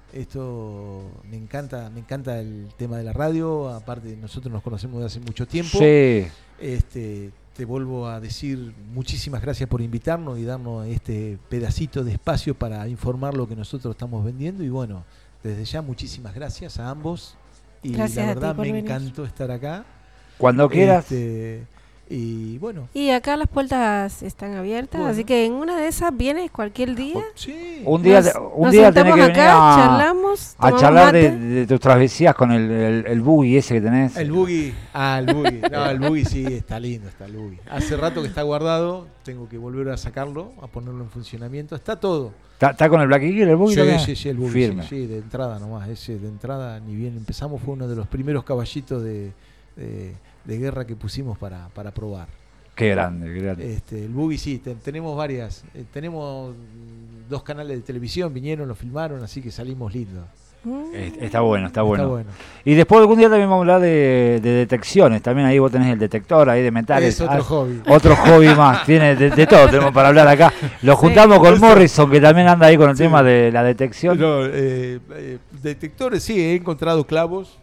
Esto me encanta, me encanta el tema de la radio. Aparte, nosotros nos conocemos de hace mucho tiempo. Sí. Este, te vuelvo a decir muchísimas gracias por invitarnos y darnos este pedacito de espacio para informar lo que nosotros estamos vendiendo. Y bueno, desde ya muchísimas gracias a ambos. Y Gracias la a ti verdad por me venir. encantó estar acá. Cuando quieras. Este, y bueno. Y acá las puertas están abiertas, Bueno. así que en una de esas vienes cualquier día. Sí. Un día, Nos- un nos día tenés sentamos que venir acá, a, charlamos, a tomamos charlar de, mate. de tus travesías con el, el, el buggy ese que tenés. El buggy, ah, el buggy. No, el buggy sí, está lindo, está el buggy. Hace rato que está guardado, tengo que volver a sacarlo, a ponerlo en funcionamiento. Está todo. ¿Está, está con el Black Eagle el buggy Sí, también? sí, sí, el buggy. Firme. Sí, sí, de entrada nomás. Ese de entrada, ni bien empezamos, fue uno de los primeros caballitos de, de, de guerra que pusimos para, para probar. Qué grande, qué grande. Este, el buggy sí, te- tenemos varias. eh, tenemos mm, dos canales de televisión, vinieron, lo filmaron, así que salimos lindos. Mm. Es- Está bueno, está bueno. Está bueno. Y después algún día también vamos a hablar de, de detecciones. También ahí vos tenés el detector ahí de metales. Es otro Ah, hobby. Otro hobby más. Tiene de, de todo tenemos para hablar acá. Lo juntamos con Morrison, que también anda ahí con el Sí. tema de la detección. No, eh, eh, detectores, sí, he encontrado clavos,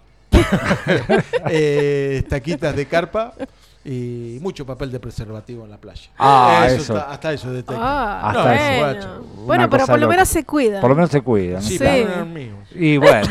eh, estaquitas de carpa y mucho papel de preservativo en la playa. Ah, eso. está- hasta eso detecta. Ah, Hasta bueno. eso, guacho. Una Bueno, pero cosa por lo loca. menos se cuida. Por lo menos se cuida. ¿no? Sí, Sí. pero no eran míos. Y bueno.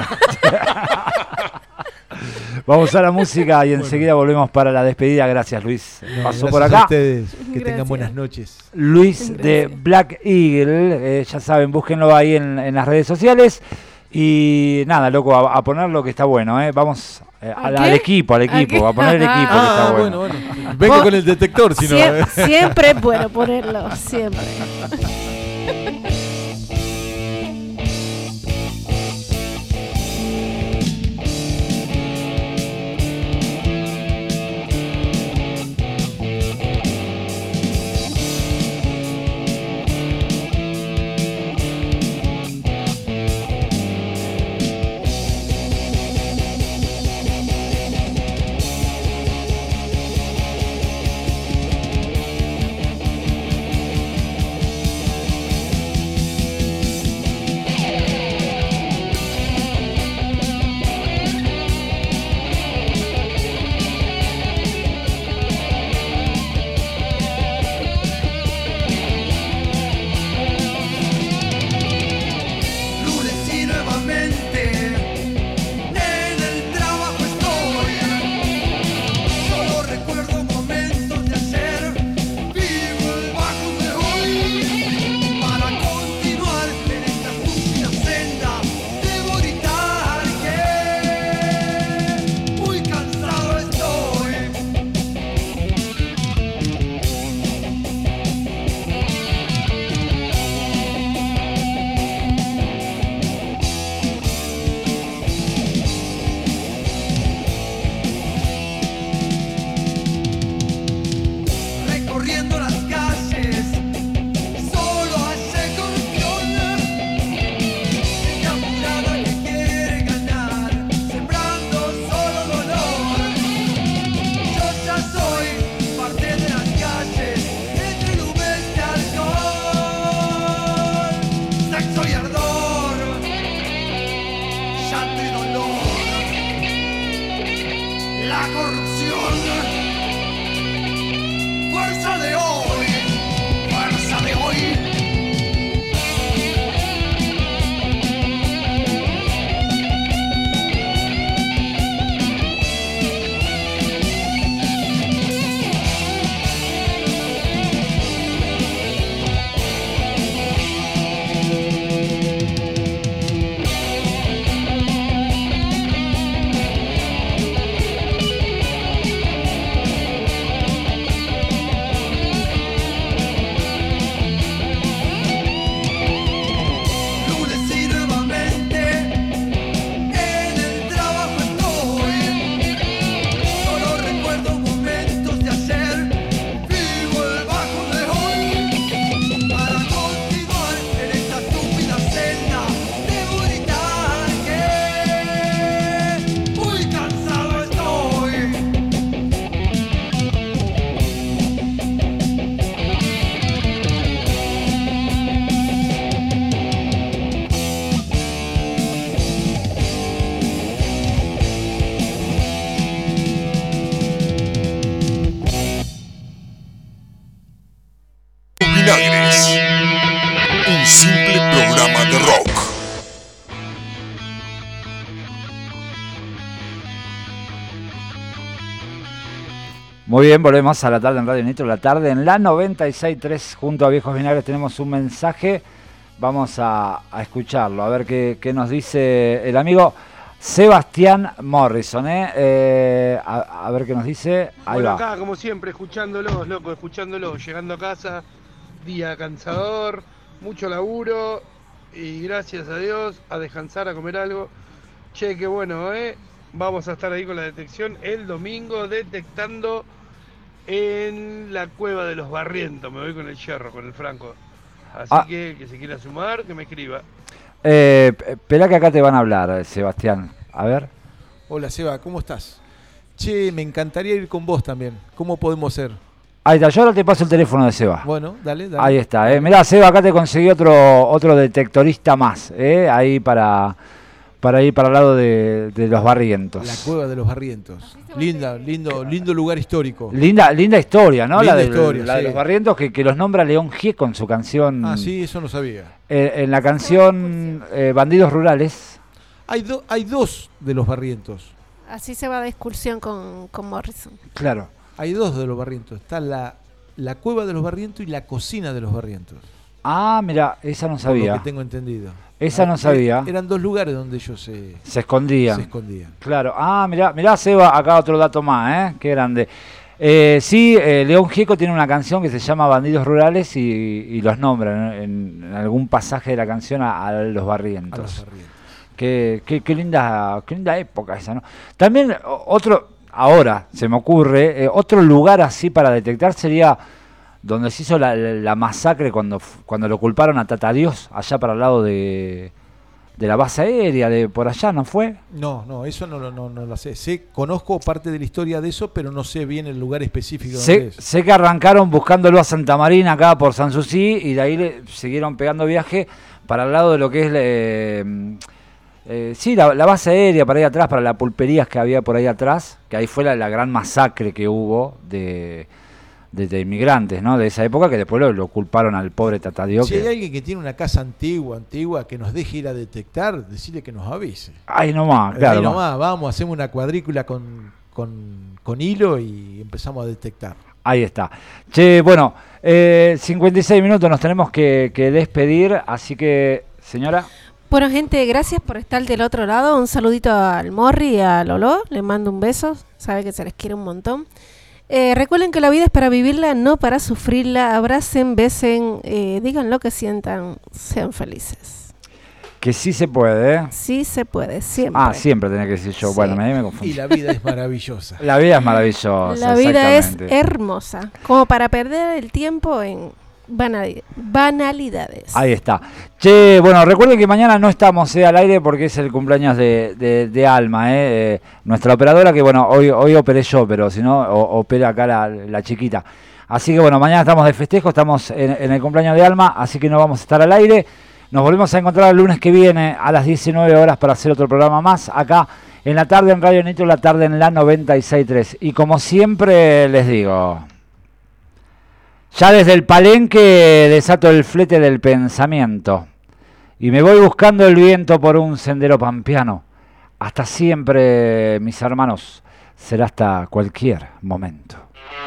Vamos a la música y enseguida volvemos para la despedida. Gracias, Luis. No, Pasó gracias por a acá. ustedes, que Gracias. tengan buenas noches. Luis de Gracias. Black Eagle. Eh, ya saben, búsquenlo ahí en, en las redes sociales. Y nada, loco, a, a ponerlo que está bueno. ¿eh? Vamos eh, ¿A al, qué? al equipo, al ¿A equipo. qué? A poner el equipo que está Ah, bueno. bueno, bueno. Vengo con el detector, si no. Siem- eh. siempre es bueno ponerlo, siempre. Lunes y nuevamente en el trabajo estoy. Solo recuerdo momentos de ayer. Vivo el bajo de hoy. Para continuar en esta sucia senda debo gritar que muy cansado estoy. Recorriendo las calles, solo hace corrupción. Ella mirada que quiere ganar, sembrando solo dolor. Yo ya soy parte de las calles, entre nubes de alcohol, sexo y ardor, llanto y dolor. La corrupción. Fuerza de hoy, fuerza de hoy. Muy bien, volvemos a la tarde en Radio Nitro, la tarde en la noventa y seis punto tres junto a Viejos Vinagres. Tenemos un mensaje, vamos a, a escucharlo, a ver qué, qué nos dice el amigo Sebastián Morrison, ¿eh? Eh, a, a ver qué nos dice. Ahí bueno, va. acá, como siempre, escuchándolos, loco, escuchándolos, llegando a casa, día cansador, mucho laburo y gracias a Dios a descansar, a comer algo. Che, qué bueno, ¿eh? Vamos a estar ahí con la detección el domingo, detectando en la Cueva de los Barrientos. Me voy con el Yerro, con el Franco. Así Ah. que el que se quiera sumar, que me escriba. Eh, espera que acá te van a hablar, Sebastián. A ver. Hola Seba, ¿cómo estás? Che, me encantaría ir con vos también. ¿Cómo podemos ser? Ahí está, yo ahora te paso el teléfono de Seba. Bueno, dale, dale. Ahí está, eh. Mirá, Seba, acá te conseguí otro, otro detectorista más, eh, ahí para, para ir para el lado de, de los Barrientos. La Cueva de los Barrientos. Linda, lindo, lindo lugar histórico. Linda, linda historia, ¿no? Linda la de, historia, la de sí. los Barrientos que, que los nombra León Gieco en su canción. Ah, sí, eso no sabía. Eh, en la canción eh, Bandidos Rurales. Hay, do- hay dos de los Barrientos. Así se va de excursión con, con Morrison. Claro. Hay dos de los Barrientos. Está la, la Cueva de los Barrientos y la cocina de los Barrientos. Ah, mira, esa no Por sabía. lo que tengo entendido. Esa no Ah, sabía. er- Eran dos lugares donde ellos se, Se escondían. se escondían. Claro. Ah, mirá, mirá, Seba, acá otro dato más, ¿eh? Qué grande. Eh, sí, eh, León Gieco tiene una canción que se llama Bandidos Rurales y, y los nombra en, en algún pasaje de la canción a, a los Barrientos. A los Barrientos. Qué, qué, qué linda, qué linda época esa, ¿no? También o- otro, ahora se me ocurre, eh, otro lugar así para detectar sería donde se hizo la, la- la masacre cuando, f- cuando lo culparon a Tata Dios, allá para el lado de, de la base aérea, de por allá, ¿no fue? No, no, eso no, lo- no, no lo sé. sé. Conozco parte de la historia de eso, pero no sé bien el lugar específico donde Sé, es. sé que arrancaron buscándolo a Santa Marina, acá por Sanssouci, y de ahí le siguieron pegando viaje para el lado de lo que es eh, eh, sí, la, la base aérea, para ahí atrás, para las pulperías que había por ahí atrás, que ahí fue la, la gran masacre que hubo de, de, de inmigrantes, ¿no? De esa época, que después lo, lo culparon al pobre Tatadio. Si que, hay alguien que tiene una casa antigua, antigua, que nos deje ir a detectar, decirle que nos avise. Ay, nomás, claro. Ahí ma. nomás, vamos, hacemos una cuadrícula con, con, con hilo y empezamos a detectar. Ahí está. Che, bueno, eh, cincuenta y seis minutos nos tenemos que, que despedir, así que, señora... Bueno, gente, gracias por estar del otro lado. Un saludito al Morri y a Lolo. Les mando un beso. Sabe que se les quiere un montón. Eh, recuerden que la vida es para vivirla, no para sufrirla. Abracen, besen, eh, digan lo que sientan. Sean felices. Que sí se puede, ¿eh? Sí se puede, siempre. Ah, siempre tenía que decir yo. Sí. Bueno, me, me confundí. Y la vida es maravillosa. La vida es maravillosa. La vida es exactamente. hermosa. Como para perder el tiempo en banali- banalidades. Ahí está. Che, bueno, recuerden que mañana no estamos eh, al aire porque es el cumpleaños de, de, de Alma, eh, eh, nuestra operadora, que bueno, hoy, hoy operé yo, pero si no, o- opera acá la, la chiquita. Así que bueno, mañana estamos de festejo, estamos en, en el cumpleaños de Alma, así que no vamos a estar al aire. Nos volvemos a encontrar el lunes que viene a las diecinueve horas para hacer otro programa más, acá en la tarde en Radio Nitro, la tarde en la noventa y seis punto tres. Y como siempre les digo... Ya desde el palenque desato el flete del pensamiento y me voy buscando el viento por un sendero pampeano. Hasta siempre, mis hermanos, será hasta cualquier momento.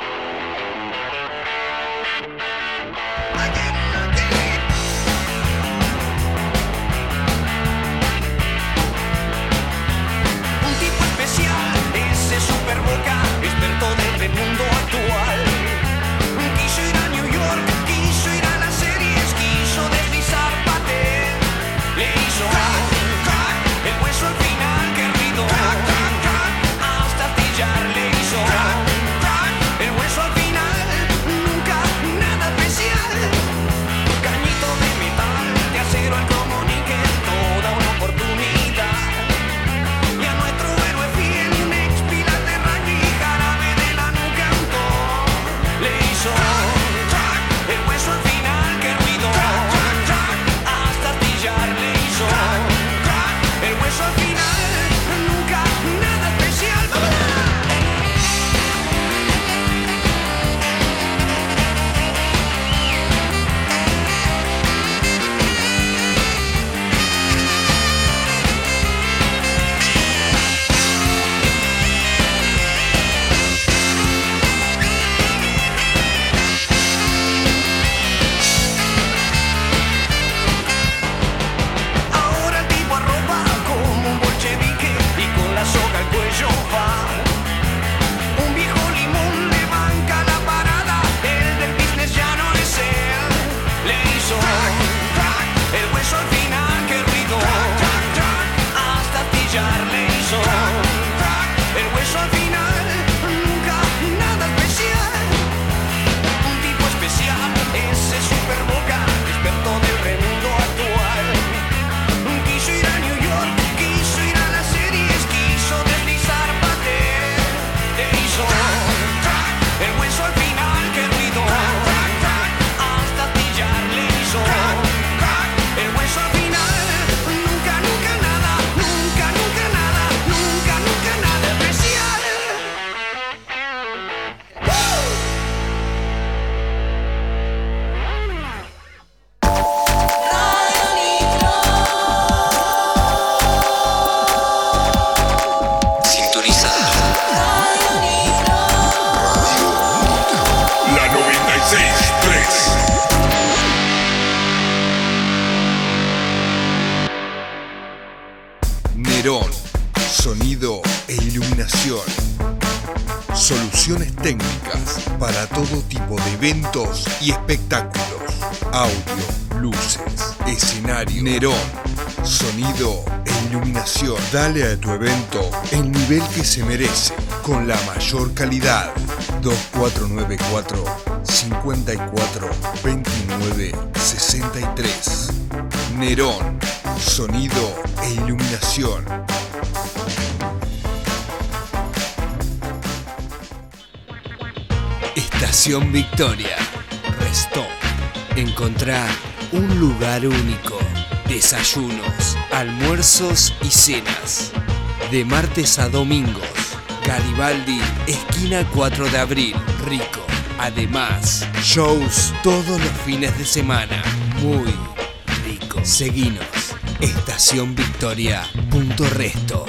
Un tipo especial, ese superboca, experto del mundo actual. Quiso ir a New York, quiso ir a las series, quiso deslizar paté. Le hizo crack, crack, el hueso al final que ruido. Crack, crack, crack, hasta astillar le hizo crack, crack. iluminación. Soluciones técnicas para todo tipo de eventos y espectáculos. Audio, luces, escenario, Nerón, sonido e iluminación. Dale a tu evento el nivel que se merece con la mayor calidad. dos cuatro nueve cuatro, cinco cuatro, dos nueve seis tres. Nerón, sonido e iluminación. Estación Victoria. Restó. Encontrar un lugar único. Desayunos, almuerzos y cenas. De martes a domingos. Garibaldi, esquina cuatro de abril. Rico. Además, shows todos los fines de semana. Muy rico. Seguinos. Estación Victoria. Punto Resto.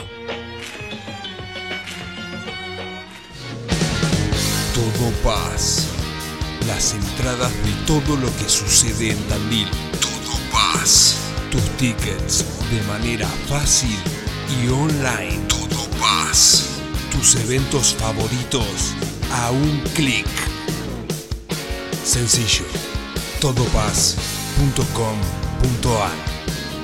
Todo Paz. Las entradas de todo lo que sucede en Tandil. Todo Paz. Tus tickets de manera fácil y online. Todo Paz. Tus eventos favoritos a un clic. Sencillo. todo paz punto com punto a r.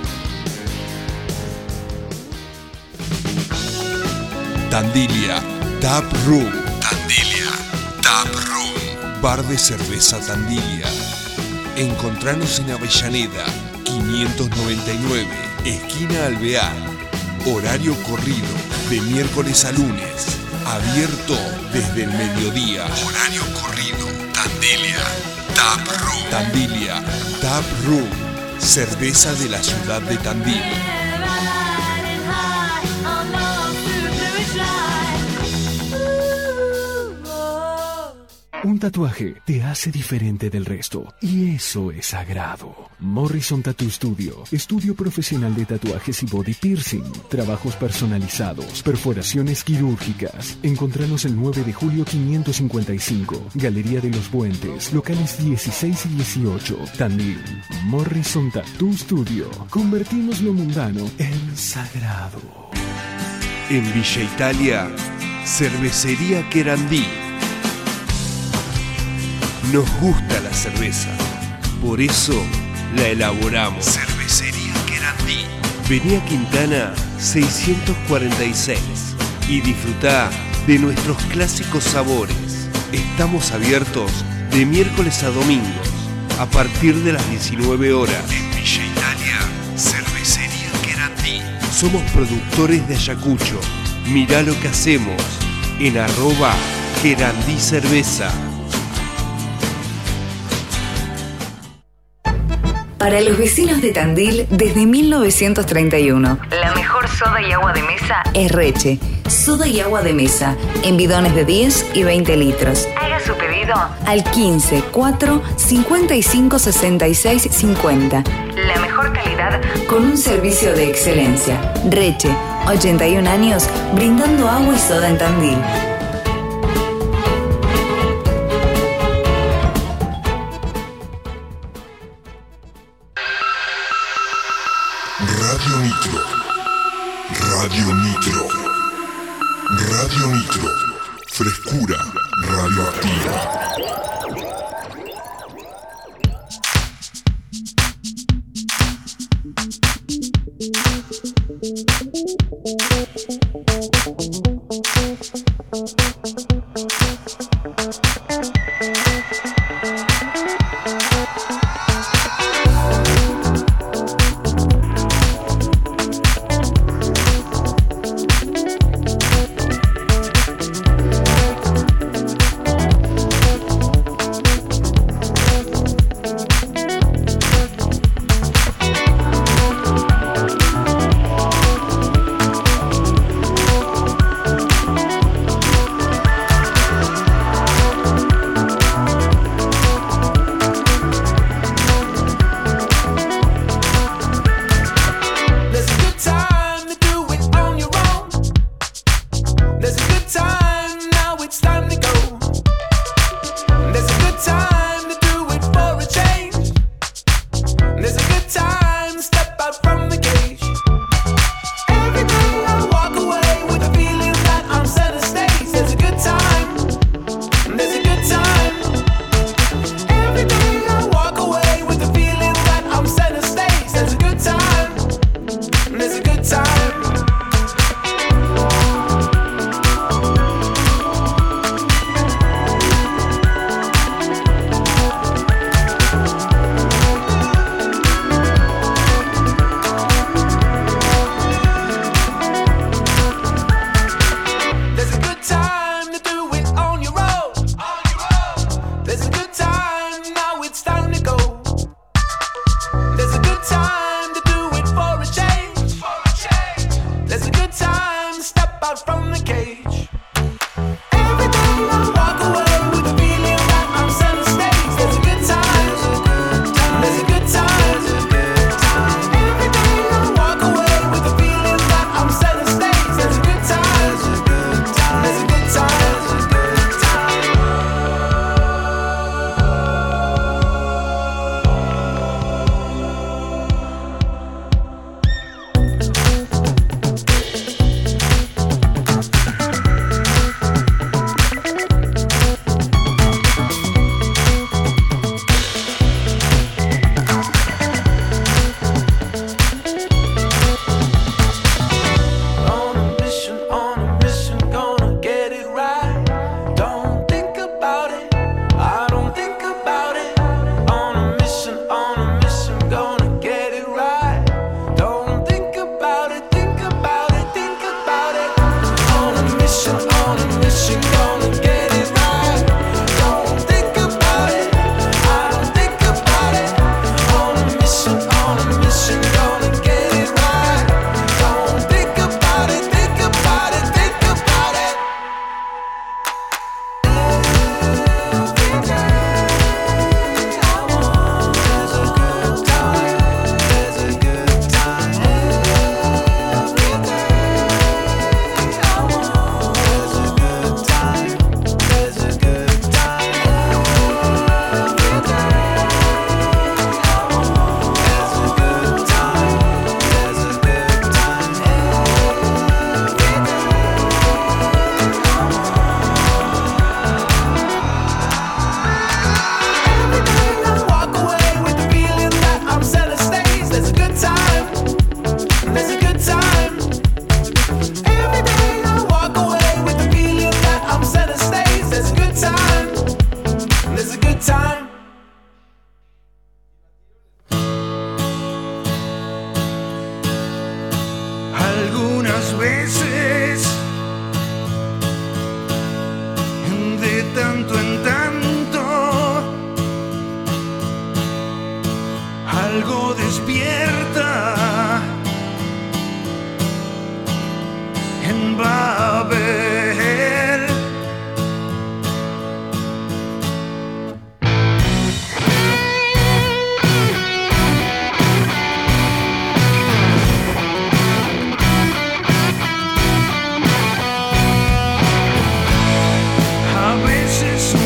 Tandilia Tap Room. Tandilia Tap Room. Bar de cerveza Tandilia. Encontranos en Avellaneda, quinientos noventa y nueve, esquina Alvear. Horario corrido, de miércoles a lunes. Abierto desde el mediodía. Horario corrido. Tandilia Tap Room. Tandilia Tap Room. Cerveza de la ciudad de Tandil. Un tatuaje te hace diferente del resto y eso es sagrado. Morrison Tattoo Studio, estudio profesional de tatuajes y body piercing, trabajos personalizados, perforaciones quirúrgicas. Encontranos el nueve de julio quinientos cincuenta y cinco, Galería de los Puentes, locales dieciséis y dieciocho, Tandil. Morrison Tattoo Studio, convertimos lo mundano en sagrado. En Villa Italia, Cervecería Querandí. Nos gusta la cerveza, por eso la elaboramos. Cervecería Querandí. Vení a Quintana seiscientos cuarenta y seis y disfrutá de nuestros clásicos sabores. Estamos abiertos de miércoles a domingos a partir de las diecinueve horas. En Villa Italia, Cervecería Querandí. Somos productores de Ayacucho. Mirá lo que hacemos en arroba Querandí Cerveza. Para los vecinos de Tandil, desde mil novecientos treinta y uno, la mejor soda y agua de mesa es Reche. Soda y agua de mesa, en bidones de diez y veinte litros. Haga su pedido al quince, cuatro, cincuenta y cinco, sesenta y seis, cincuenta. La mejor calidad con un servicio de excelencia. Reche, ochenta y un años, brindando agua y soda en Tandil. Radio Nitro. Radio Nitro. Radio Nitro. Frescura radioactiva. Every day I walk away with a feeling that I'm set stage. Every day I walk away with the feeling that I'm center stage. There's a good time, there's a good time. Every day I walk away with the feeling that I'm center stage. There's a good time, there's a good time. On a mission, on a mission, gonna get it right. Don't think about it, I don't think about it. On a mission, on a mission, gonna get it right. Don't think about it, think about it, think about it. On a mission, on a mission, gonna get it right. Don't think about it, I don't think about it. On a mission, on a mission, gonna get it right. Don't think about it, think about it, think about it. Every day I want there's a good time, there's a good time. Every day I want there's a good time, there's a good time. Every day I want there's a good time, there's a good time. Every day I walk away with the feeling that I'm center stage. There's a good time, there's a good time. Every day I walk away with the feeling that I'm center stage. There's a good time, there's a good time. Algunas veces, de tanto en tanto, algo despierta en Babel. A veces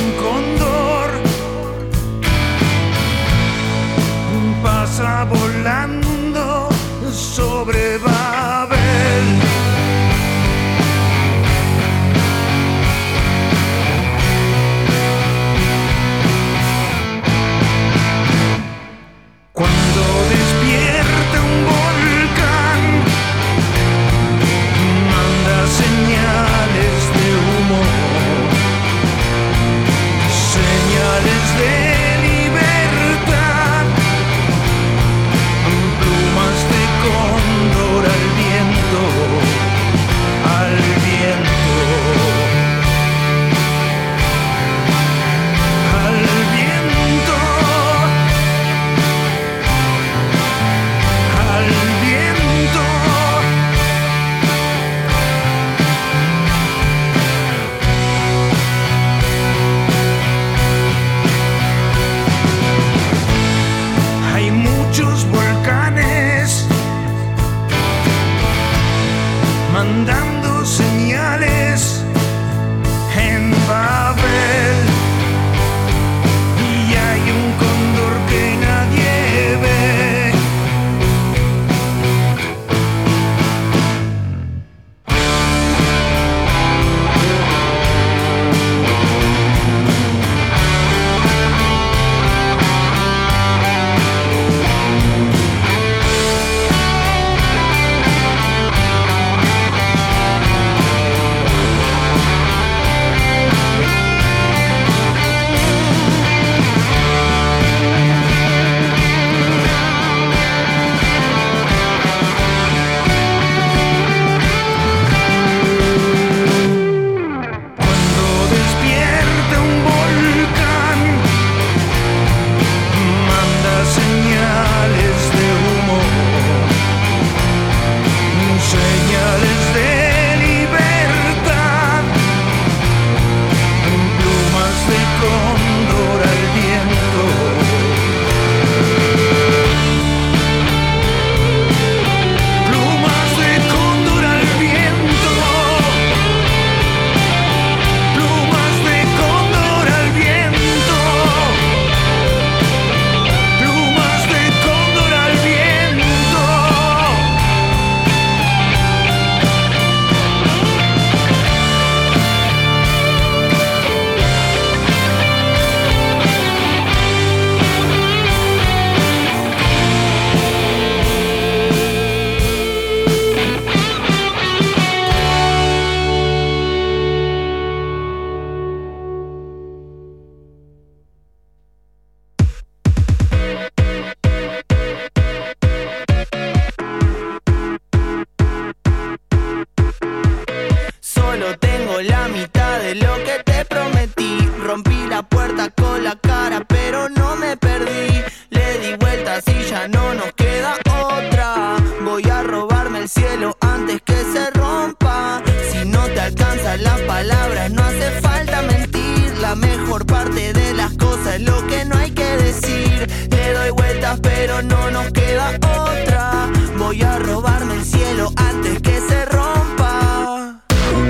tengo la mitad de lo que te prometí. Rompí la puerta con la cara, pero no me perdí. Le di vueltas y ya no nos queda otra. Voy a robarme el cielo antes que se rompa. Si no te alcanzan las palabras, no hace falta mentir. La mejor parte de las cosas es lo que no hay que decir. Le doy vueltas, pero no nos queda otra. Voy a robarme el cielo antes que se rompa.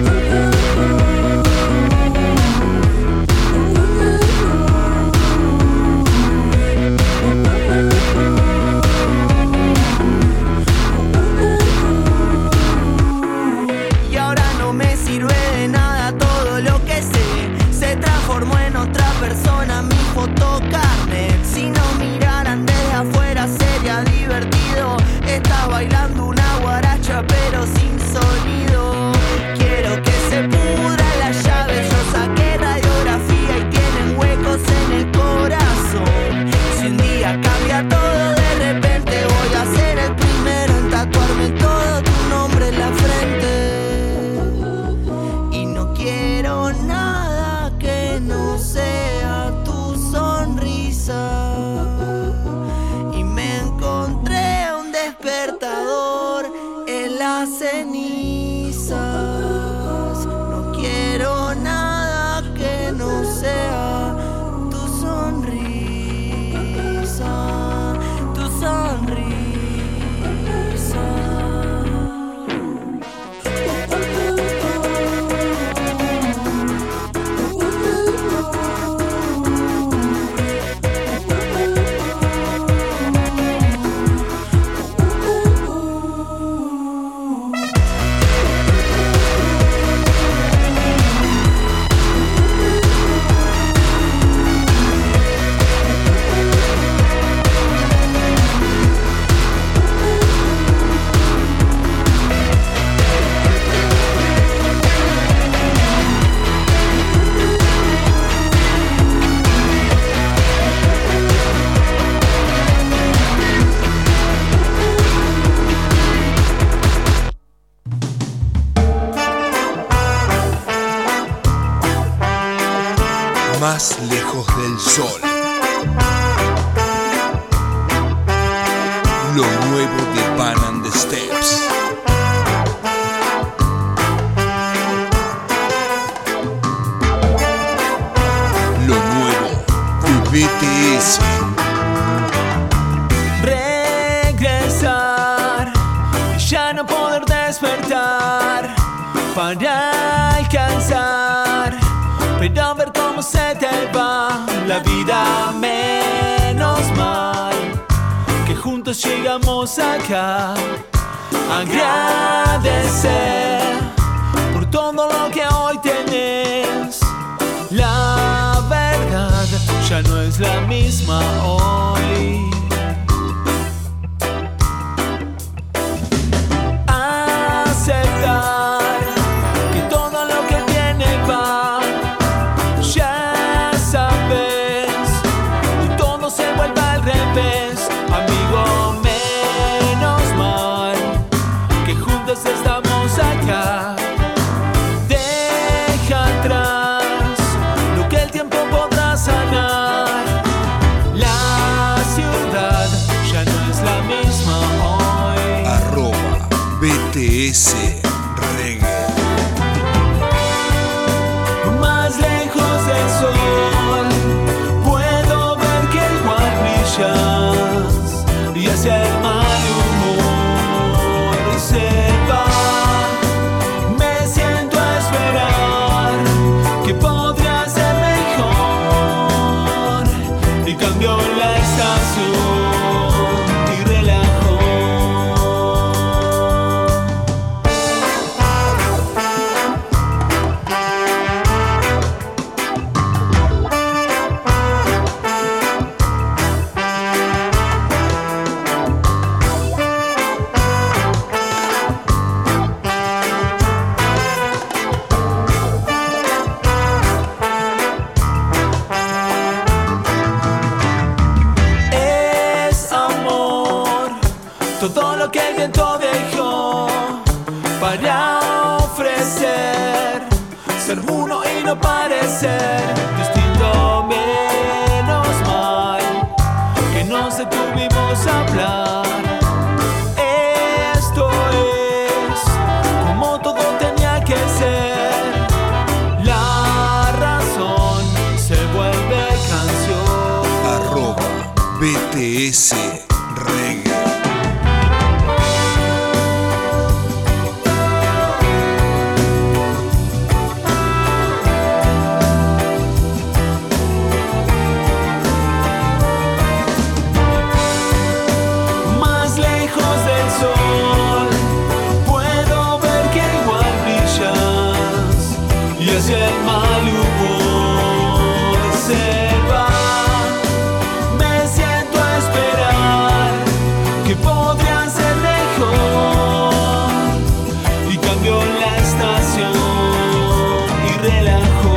Y ahora no me sirve de nada todo lo que sé. Se transformó en otra persona mi fotocarnet. Si no miraran desde afuera sería divertido. Estás bailando una guaracha pero sin sonido. Quiero que se pudra la llave. Yo saqué radiografía y tienen huecos en el corazón. Si un día cambia todo de repente, voy a ser el primero en tatuarme todo tu nombre en la frente. Y no quiero nada que no sea tu sonrisa. Y me encontré un despertador en las cenizas. No quiero nada que no sea tu sonrisa, tu sonrisa. Más lejos del sol. Lo nuevo de Pan and the Steps. Lo nuevo de B T S. Regresar, ya no poder despertar para alcanzar, pero ver cómo se te va la vida. Menos mal que juntos llegamos acá. Agradecer por todo lo que hoy tenés. La verdad ya no es la misma hoy. Aceptar que todo lo que viene va. Ya sabes, y todo se vuelve al revés. Amigo, menos mal que juntos estamos acá. Deja atrás lo que el tiempo podrá sanar. La ciudad ya no es la misma hoy. Arroba B T S Reggae. Más lejos del sol, puedo ver que igual brillas y hacia el mal humor se va. Me siento a esperar que podría ser mejor y cambió la estación y relajó. ser uno y no parecer distinto. Menos mal que nos detuvimos a hablar. Esto es como todo tenía que ser. La razón se vuelve canción. Arroba B T S Reggae. El mal humor se va. Me siento a esperar que podría ser mejor. Y cambió la estación y relajó.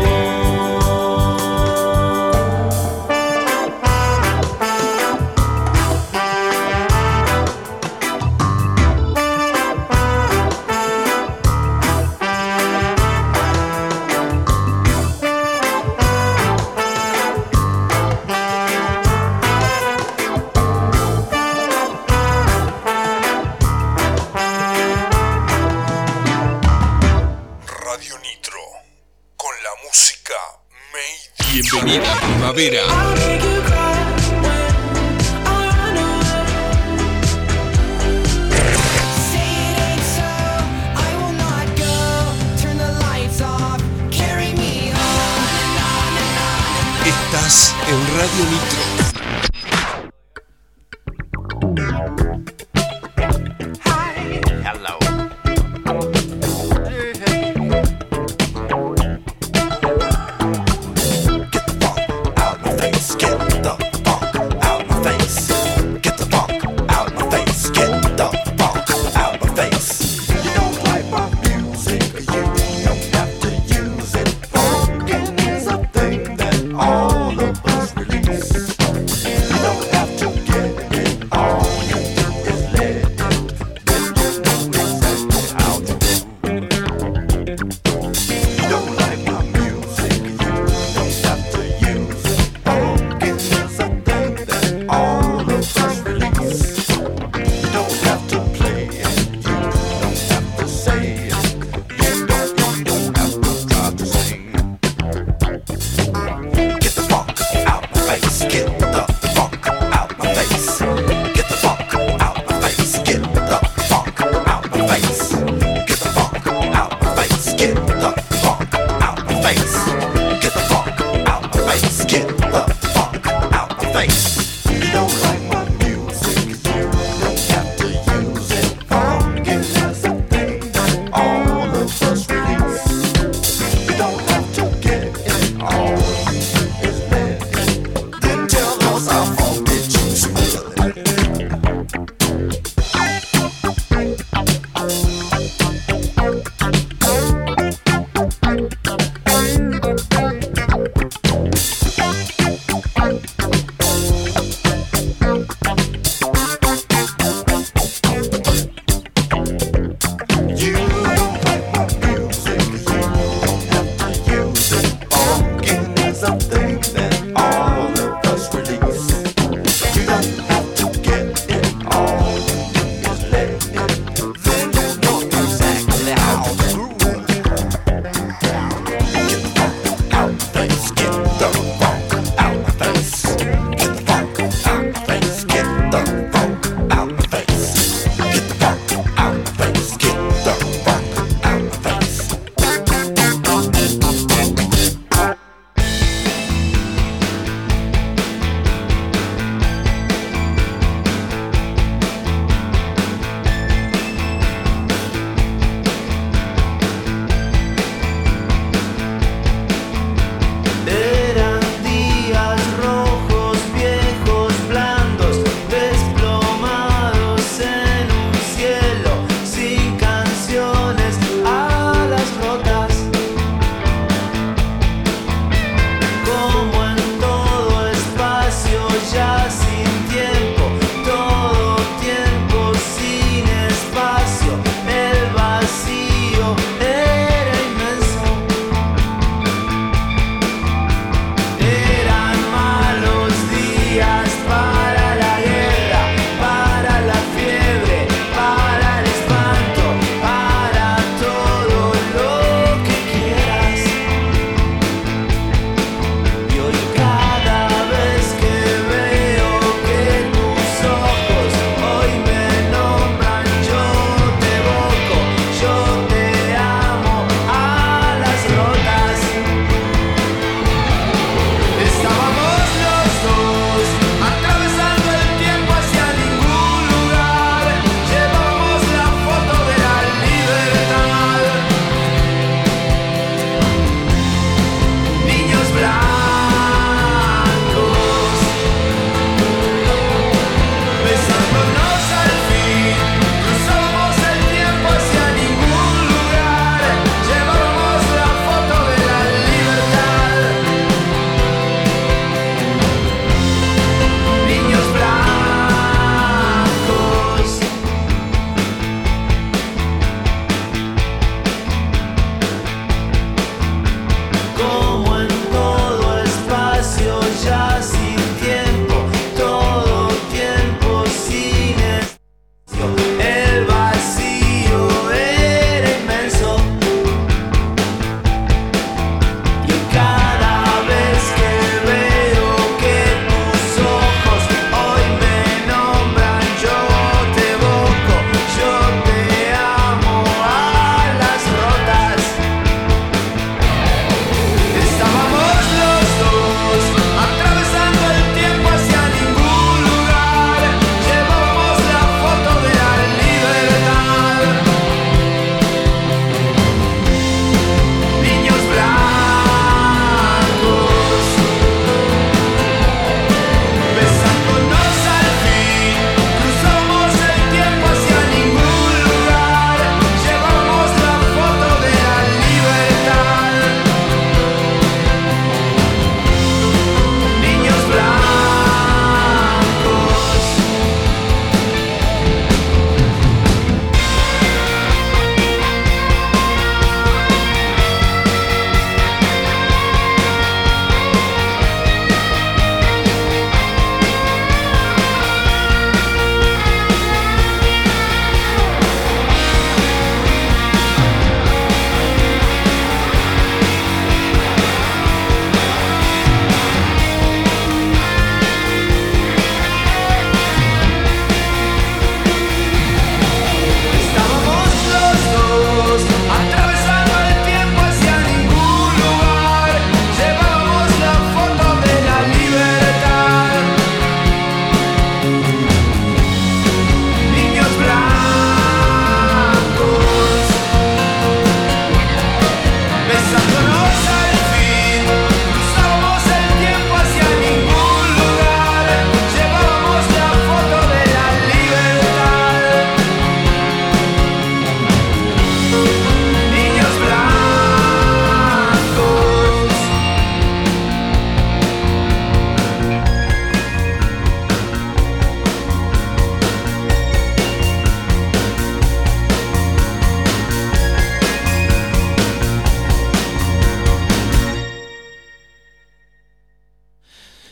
Bienvenida primavera. Estás en Radio Nitro.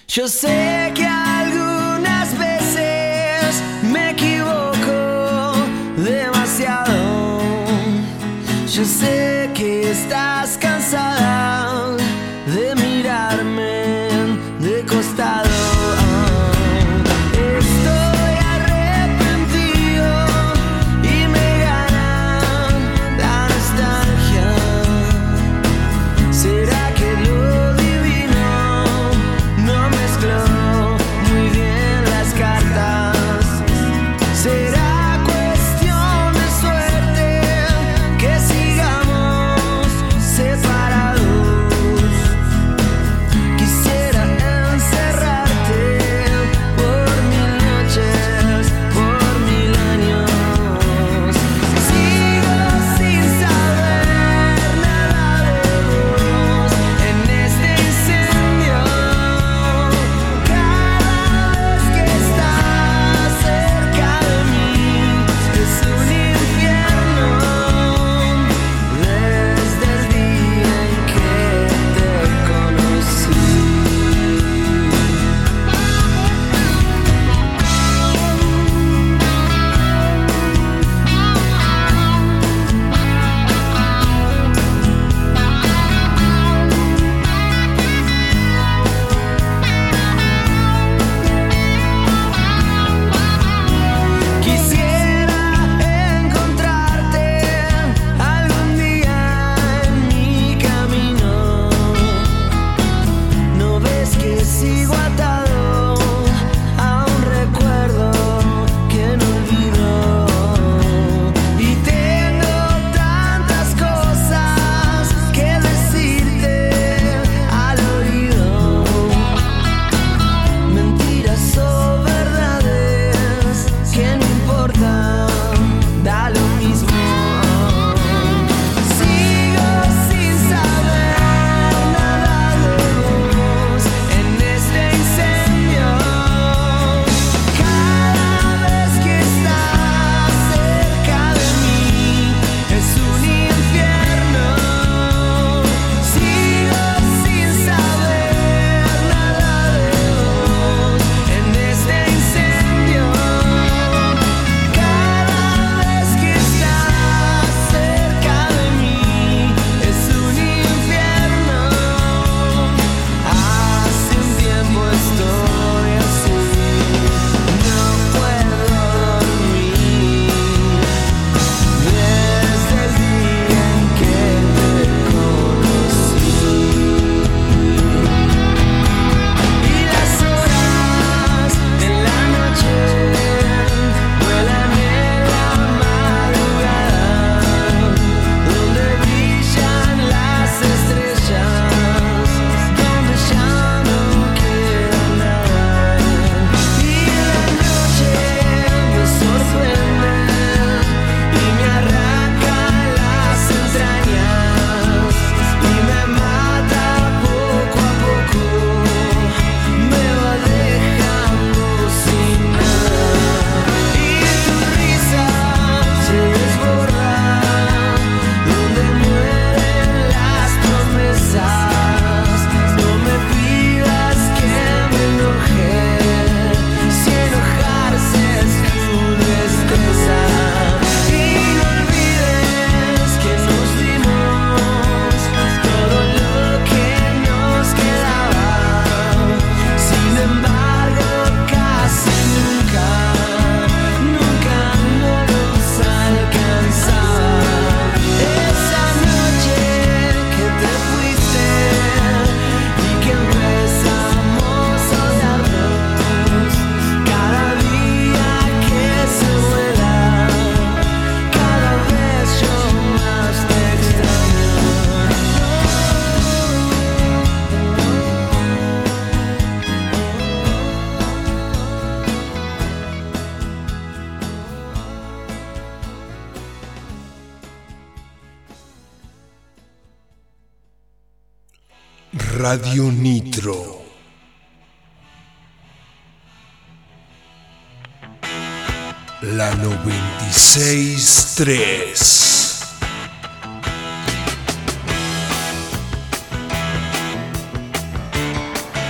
Yo sé que algunas veces me equivoco demasiado. Yo sé que estás cansada de mirarme de costado. Estoy arrepentido y me gana la nostalgia. ¿Será que lo divino no mezcló muy bien las cartas? ¿Será cuestión de suerte que sigamos separados? Quisiera encerrarte por mil noches, por mil años. Sigo sin saber nada de vos en este incendio. Cada vez que estás cerca de mí es un infierno. Desde el día en que te conocí. Quisiera encontrarte algún día en mi camino. ¿No ves que sigo atado a un recuerdo que no olvido? Y tengo tantas cosas que decirte al oído. Mentiras o verdades que no importan, da lo mismo. Sigo sin saber nada de vos en este incendio. Cada vez que estás cerca de mí es un infierno. Sigo sin saber nada de vos en este incendio. Cada vez que estás cerca de mí es un infierno. Hace un tiempo estoy así, no puedo dormir. Desde el día en que te conocí. Y las horas de la noche vuelan en la madrugada, donde brillan las estrellas, donde ya no queda nada. Y la noche me sorprende y me arranca las entrañas y me mata poco a poco, me va dejando sin nada. Y tu risa se desborda donde mueren las promesas. No me pidas que me enoje, si enojarse es tu destreza. Y no olvides que nos dimos todo lo que nos quedaba. Sin embargo, casi nunca, nunca nos alcanzaba. Esa noche que te fuiste y que empezamos a odiarnos, cada día que se vuela, cada vez yo más te extraño. Radio Nitro. La noventa y seis tres.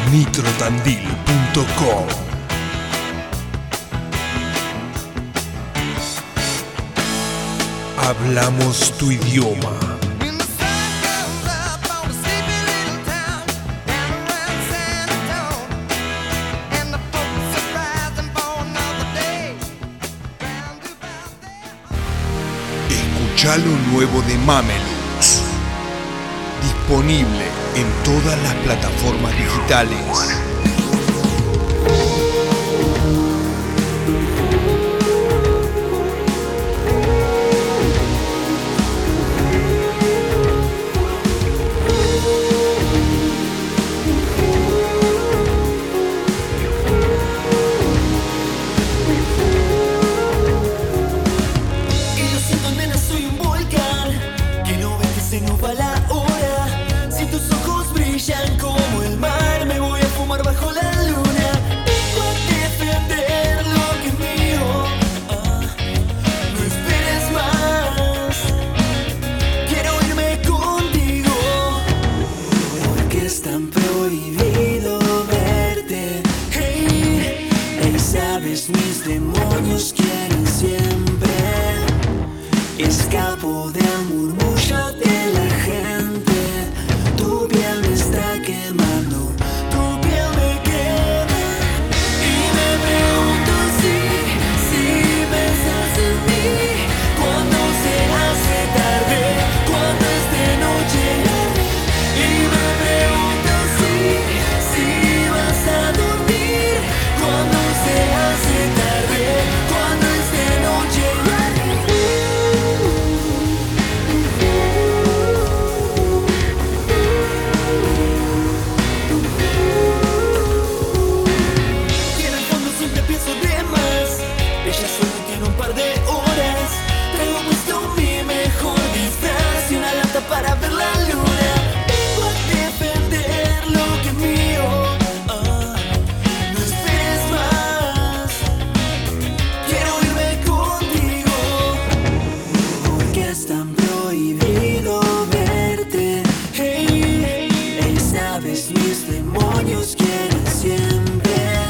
nitrotandil punto com. Hablamos tu idioma. Escuchá lo nuevo de Mamelux. Disponible en todas las plataformas digitales. Como el mar, me voy a fumar bajo la luna. Tengo que defender lo que es mío. Ah, no esperes más. Quiero irme contigo. Porque es tan pronto.